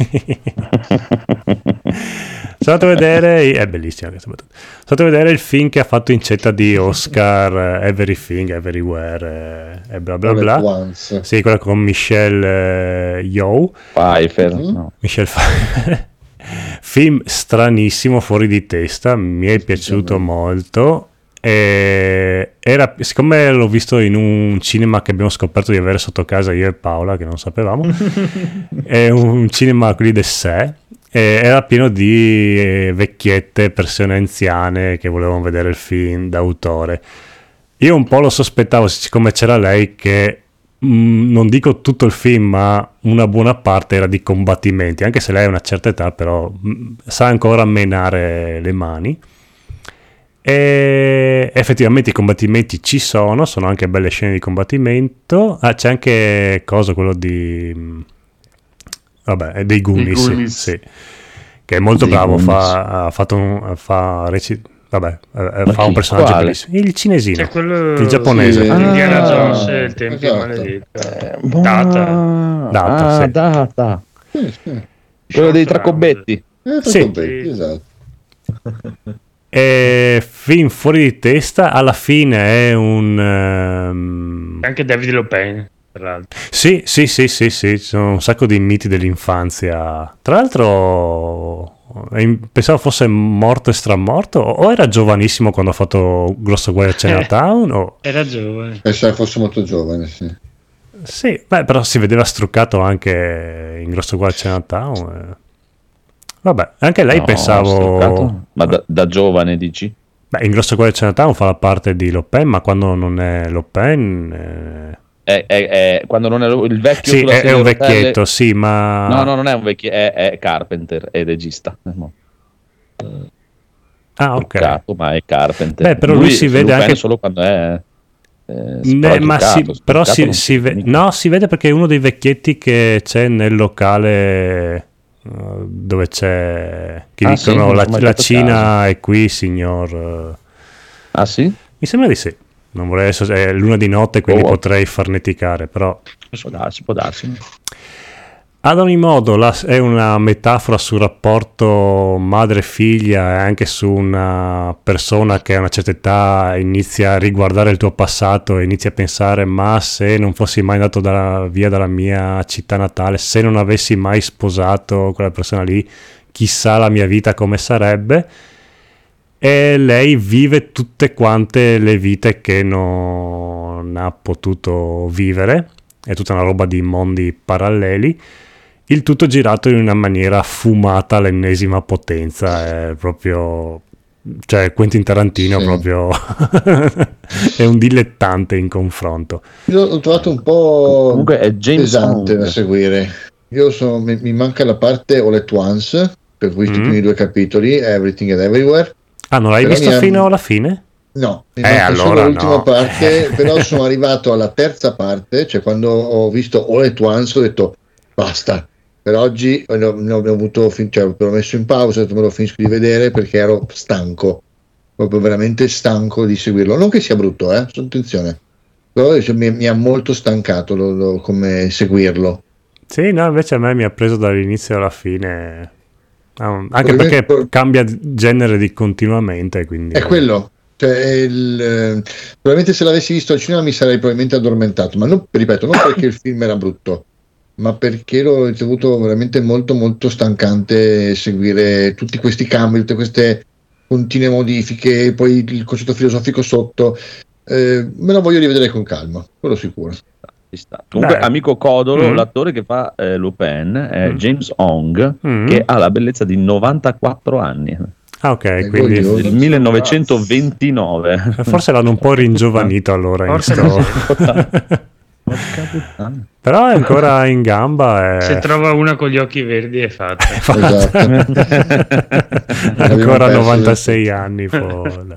sono andato a vedere è bellissima questa battuta. Sono andato a vedere il film che ha fatto incetta di Oscar, uh, Everything Everywhere uh, e bla bla bla. Once. Sì, quella con Michelle uh, Yeoh Pfeiffer mm-hmm. no. Michelle Pfeiffer. Film stranissimo, fuori di testa, mi è piaciuto molto. E era, siccome l'ho visto in un cinema che abbiamo scoperto di avere sotto casa io e Paola, che non sapevamo, è un cinema quelli del sé, e era pieno di vecchiette, persone anziane che volevano vedere il film d'autore. Io un po' lo sospettavo, siccome c'era lei, che mh, non dico tutto il film, ma una buona parte era di combattimenti, anche se lei ha una certa età, però mh, sa ancora menare le mani. E effettivamente i combattimenti ci sono, sono anche belle scene di combattimento. Ah, c'è anche cosa, quello di vabbè, dei Goonies, Goonies. Sì, che è molto dei bravo, fa, ha fatto un, fa reci- vabbè, eh, fa un personaggio quale? Bellissimo, il cinesino, quello, il giapponese, sì, ah, Indiana Jones, il tempio esatto. maledetto, eh, data data, ah, sì. data. Sì, sì. quello dei tracobetti, eh, tracobetti sì. esatto. E film fuori di testa, alla fine è un um... anche David Lopain, tra l'altro. Sì, sì, sì, sì, sì, ci sono un sacco di miti dell'infanzia. Tra l'altro pensavo fosse morto e stramorto, o era giovanissimo quando ha fatto Grosso Guai a Chinatown o... era giovane. Pensavo fosse molto giovane, sì. Sì, beh, però si vedeva struccato anche in Grosso Guai a Chinatown. E... vabbè, anche lei no, pensavo... ma da, da giovane dici? Beh, in Grosso Guai a Chinatown fa la parte di Lopen, ma quando non è Lopen... Eh... È, è, è, quando non è il vecchio... Sì, è, è un vecchietto, rotelle... sì, ma... No, no, non è un vecchietto, è, è Carpenter, è regista. Ah, ok. Peccato, ma è Carpenter. Beh, però lui, lui si vede Lupin anche... solo quando è... Eh, ne, ma si, però si, si vede... No, si vede perché è uno dei vecchietti che c'è nel locale... dove c'è che ah, dicono sì, la, la Cina caso. È qui signor. Ah sì? Mi sembra di sì, non vorrei adesso, è l'una di notte quindi oh, potrei farneticare, però può darsi, può darsi. Ad ogni modo la, è una metafora sul rapporto madre-figlia e anche su una persona che a una certa età inizia a riguardare il tuo passato e inizia a pensare: ma se non fossi mai andato da, via dalla mia città natale, se non avessi mai sposato quella persona lì, chissà la mia vita come sarebbe. E lei vive tutte quante le vite che non ha potuto vivere, è tutta una roba di mondi paralleli. Il tutto girato in una maniera fumata all'ennesima potenza, è proprio, cioè Quentin Tarantino sì. proprio è un dilettante in confronto. Io l'ho trovato un po' comunque è James pesante da seguire. Io sono, mi, mi manca la parte All at Once, per cui mm-hmm. i primi due capitoli, Everything and Everywhere. Ah, non l'hai però visto fino alla fine? No, mi eh, manca allora solo l'ultima no. parte, però sono arrivato alla terza parte, cioè quando ho visto All at Once ho detto basta. Per oggi ne ho, ne ho avuto fin, cioè, l'ho messo in pausa, ho detto me lo finisco di vedere perché ero stanco, proprio veramente stanco di seguirlo. Non che sia brutto, eh, attenzione, però cioè, mi, mi ha molto stancato lo, lo, come seguirlo. Sì, no, invece a me mi ha preso dall'inizio alla fine, ah, anche perché per... cambia genere di continuamente. Quindi... È quello. Cioè, il, eh, probabilmente se l'avessi visto al cinema mi sarei probabilmente addormentato, ma non, ripeto, non perché il film era brutto, ma perché l'ho ricevuto veramente molto molto stancante seguire tutti questi cambi, tutte queste continue modifiche, poi il concetto filosofico sotto. Eh, me lo voglio rivedere con calma, quello sicuro. Comunque, Beh. amico Codolo, mm. l'attore che fa eh, Lupin è mm. James Hong, mm. che ha la bellezza di novantaquattro anni. Ah, ok, quindi del millenovecentoventinove. Forse l'hanno un po' ringiovanito allora in sto... Però è ancora in gamba e... se trova una con gli occhi verdi è fatta, è fatta. Esatto. Ancora novantasei anni poi.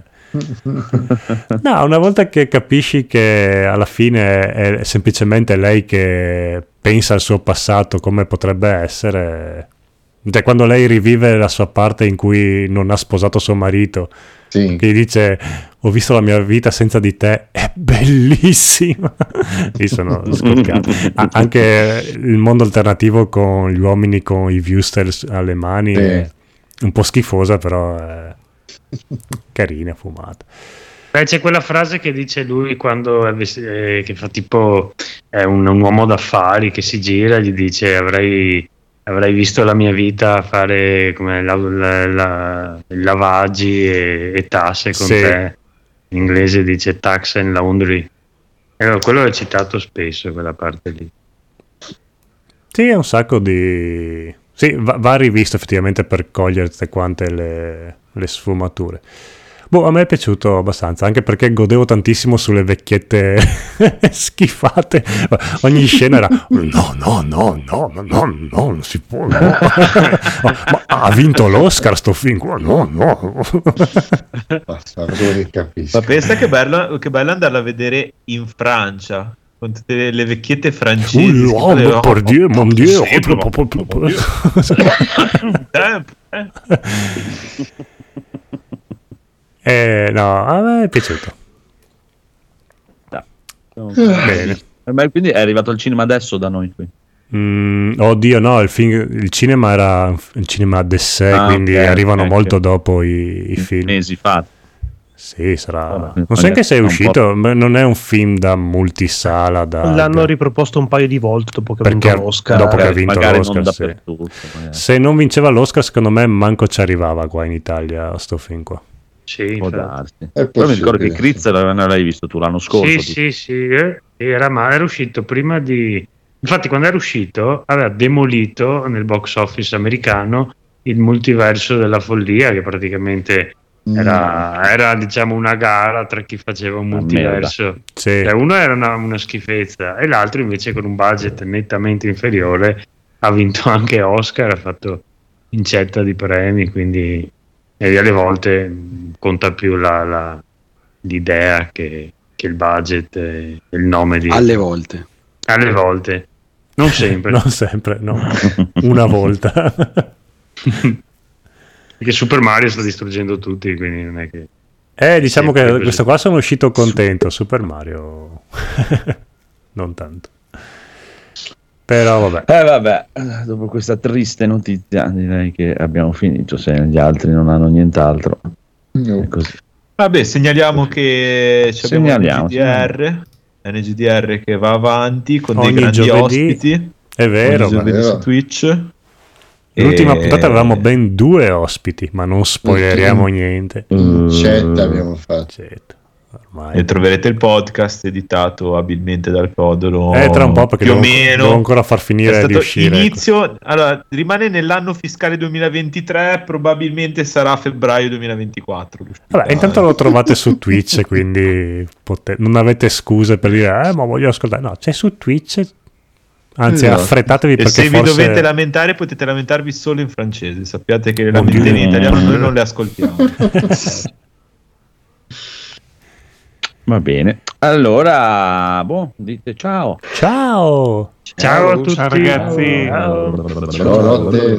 No, una volta che capisci che alla fine è semplicemente lei che pensa al suo passato come potrebbe essere, cioè quando lei rivive la sua parte in cui non ha sposato suo marito, sì. che gli dice ho visto La mia vita senza di te, è bellissima. Io sono scoccato. Ah, anche il mondo alternativo con gli uomini con i viewster alle mani sì. È un po' schifosa, però è carina, fumata. Beh, c'è quella frase che dice lui quando è vest- eh, che fa tipo è un, un uomo d'affari che si gira e gli dice avrei, avrei visto la mia vita fare come la, la, la, lavaggi e, e tasse con sì. te. In inglese dice tax and laundry. Eh, quello è citato spesso, quella parte lì. Sì, è un sacco di... Sì, va, va rivisto effettivamente per cogliere tutte quante le, le sfumature. Boh, a me è piaciuto abbastanza, anche perché godevo tantissimo sulle vecchiette schifate. Ogni scena era no, no, no, no, no, no, no, non si può. No. ma, ma ha vinto l'Oscar sto film qua? No, no. Basta, ma pensa che bello, che bello andarla a vedere in Francia. Con tutte le, le vecchiette francesi. Oh, oh, por Dieu, mon Dieu. Eh, no, a me è piaciuto. No. Bene. Ma quindi è arrivato al cinema adesso da noi qui? Mm, oddio, no, il, film, il cinema era il cinema d'essè, ah, quindi okay, arrivano okay, molto okay. dopo i, i film. Mesi fa. Sì, sarà. Vabbè, non so anche se è uscito, ma non è un film da multisala. Da, L'hanno da... riproposto un paio di volte dopo che ha vinto l'Oscar. Dopo che ha vinto l'Oscar, sì. Se non vinceva l'Oscar, secondo me manco ci arrivava qua in Italia a sto film qua. Sì, può darsi. Poi mi ricordo che Critz non l'hai visto tu l'anno scorso. Sì, sì, sì, eh, era, ma era uscito prima di... Infatti quando era uscito aveva demolito nel box office americano il multiverso della follia, che praticamente mm. era, era diciamo una gara tra chi faceva un multiverso. Sì. Cioè, uno era una, una schifezza e l'altro invece con un budget nettamente inferiore ha vinto anche Oscar, ha fatto incetta di premi, quindi... E alle volte conta più la, la, l'idea che, che il budget e il nome di... Alle volte. Alle volte. Non sempre. Non sempre, no. Una volta. Perché Super Mario sta distruggendo tutti, quindi non è che... Eh, diciamo che così. Questo qua sono uscito contento. Super Mario... non tanto. Però vabbè. Eh vabbè, dopo questa triste notizia direi che abbiamo finito, se gli altri non hanno nient'altro. No. Così. Vabbè, segnaliamo che segnaliamo, N G D R, N G D R che va avanti con ogni dei grandi giovedì, ospiti. È vero, ogni giovedì su Twitch. L'ultima e... puntata avevamo ben due ospiti, ma non spoileriamo niente. In chat abbiamo fatto. Chat. Ormai. E troverete il podcast editato abilmente dal Codolo. Eh, tra un po' perché più devo, o meno devo ancora far finire di uscire. Inizio, ecco. Allora, rimane nell'anno fiscale duemilaventitré, probabilmente sarà febbraio duemilaventiquattro. Vabbè, intanto lo trovate su Twitch, quindi potete, non avete scuse per dire eh, ma voglio ascoltare. No, c'è su Twitch. Anzi, esatto. Affrettatevi e perché se forse... vi dovete lamentare, potete lamentarvi solo in francese. Sappiate che le lamentele in italiano noi non le ascoltiamo. Va bene, allora, boh, dite ciao. Ciao. Ciao a tutti. Ciao ragazzi. Ciao. Ciao, notte.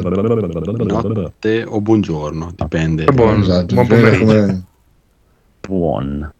Notte o buongiorno, dipende. Buon, esatto, buon pomeriggio. Buon.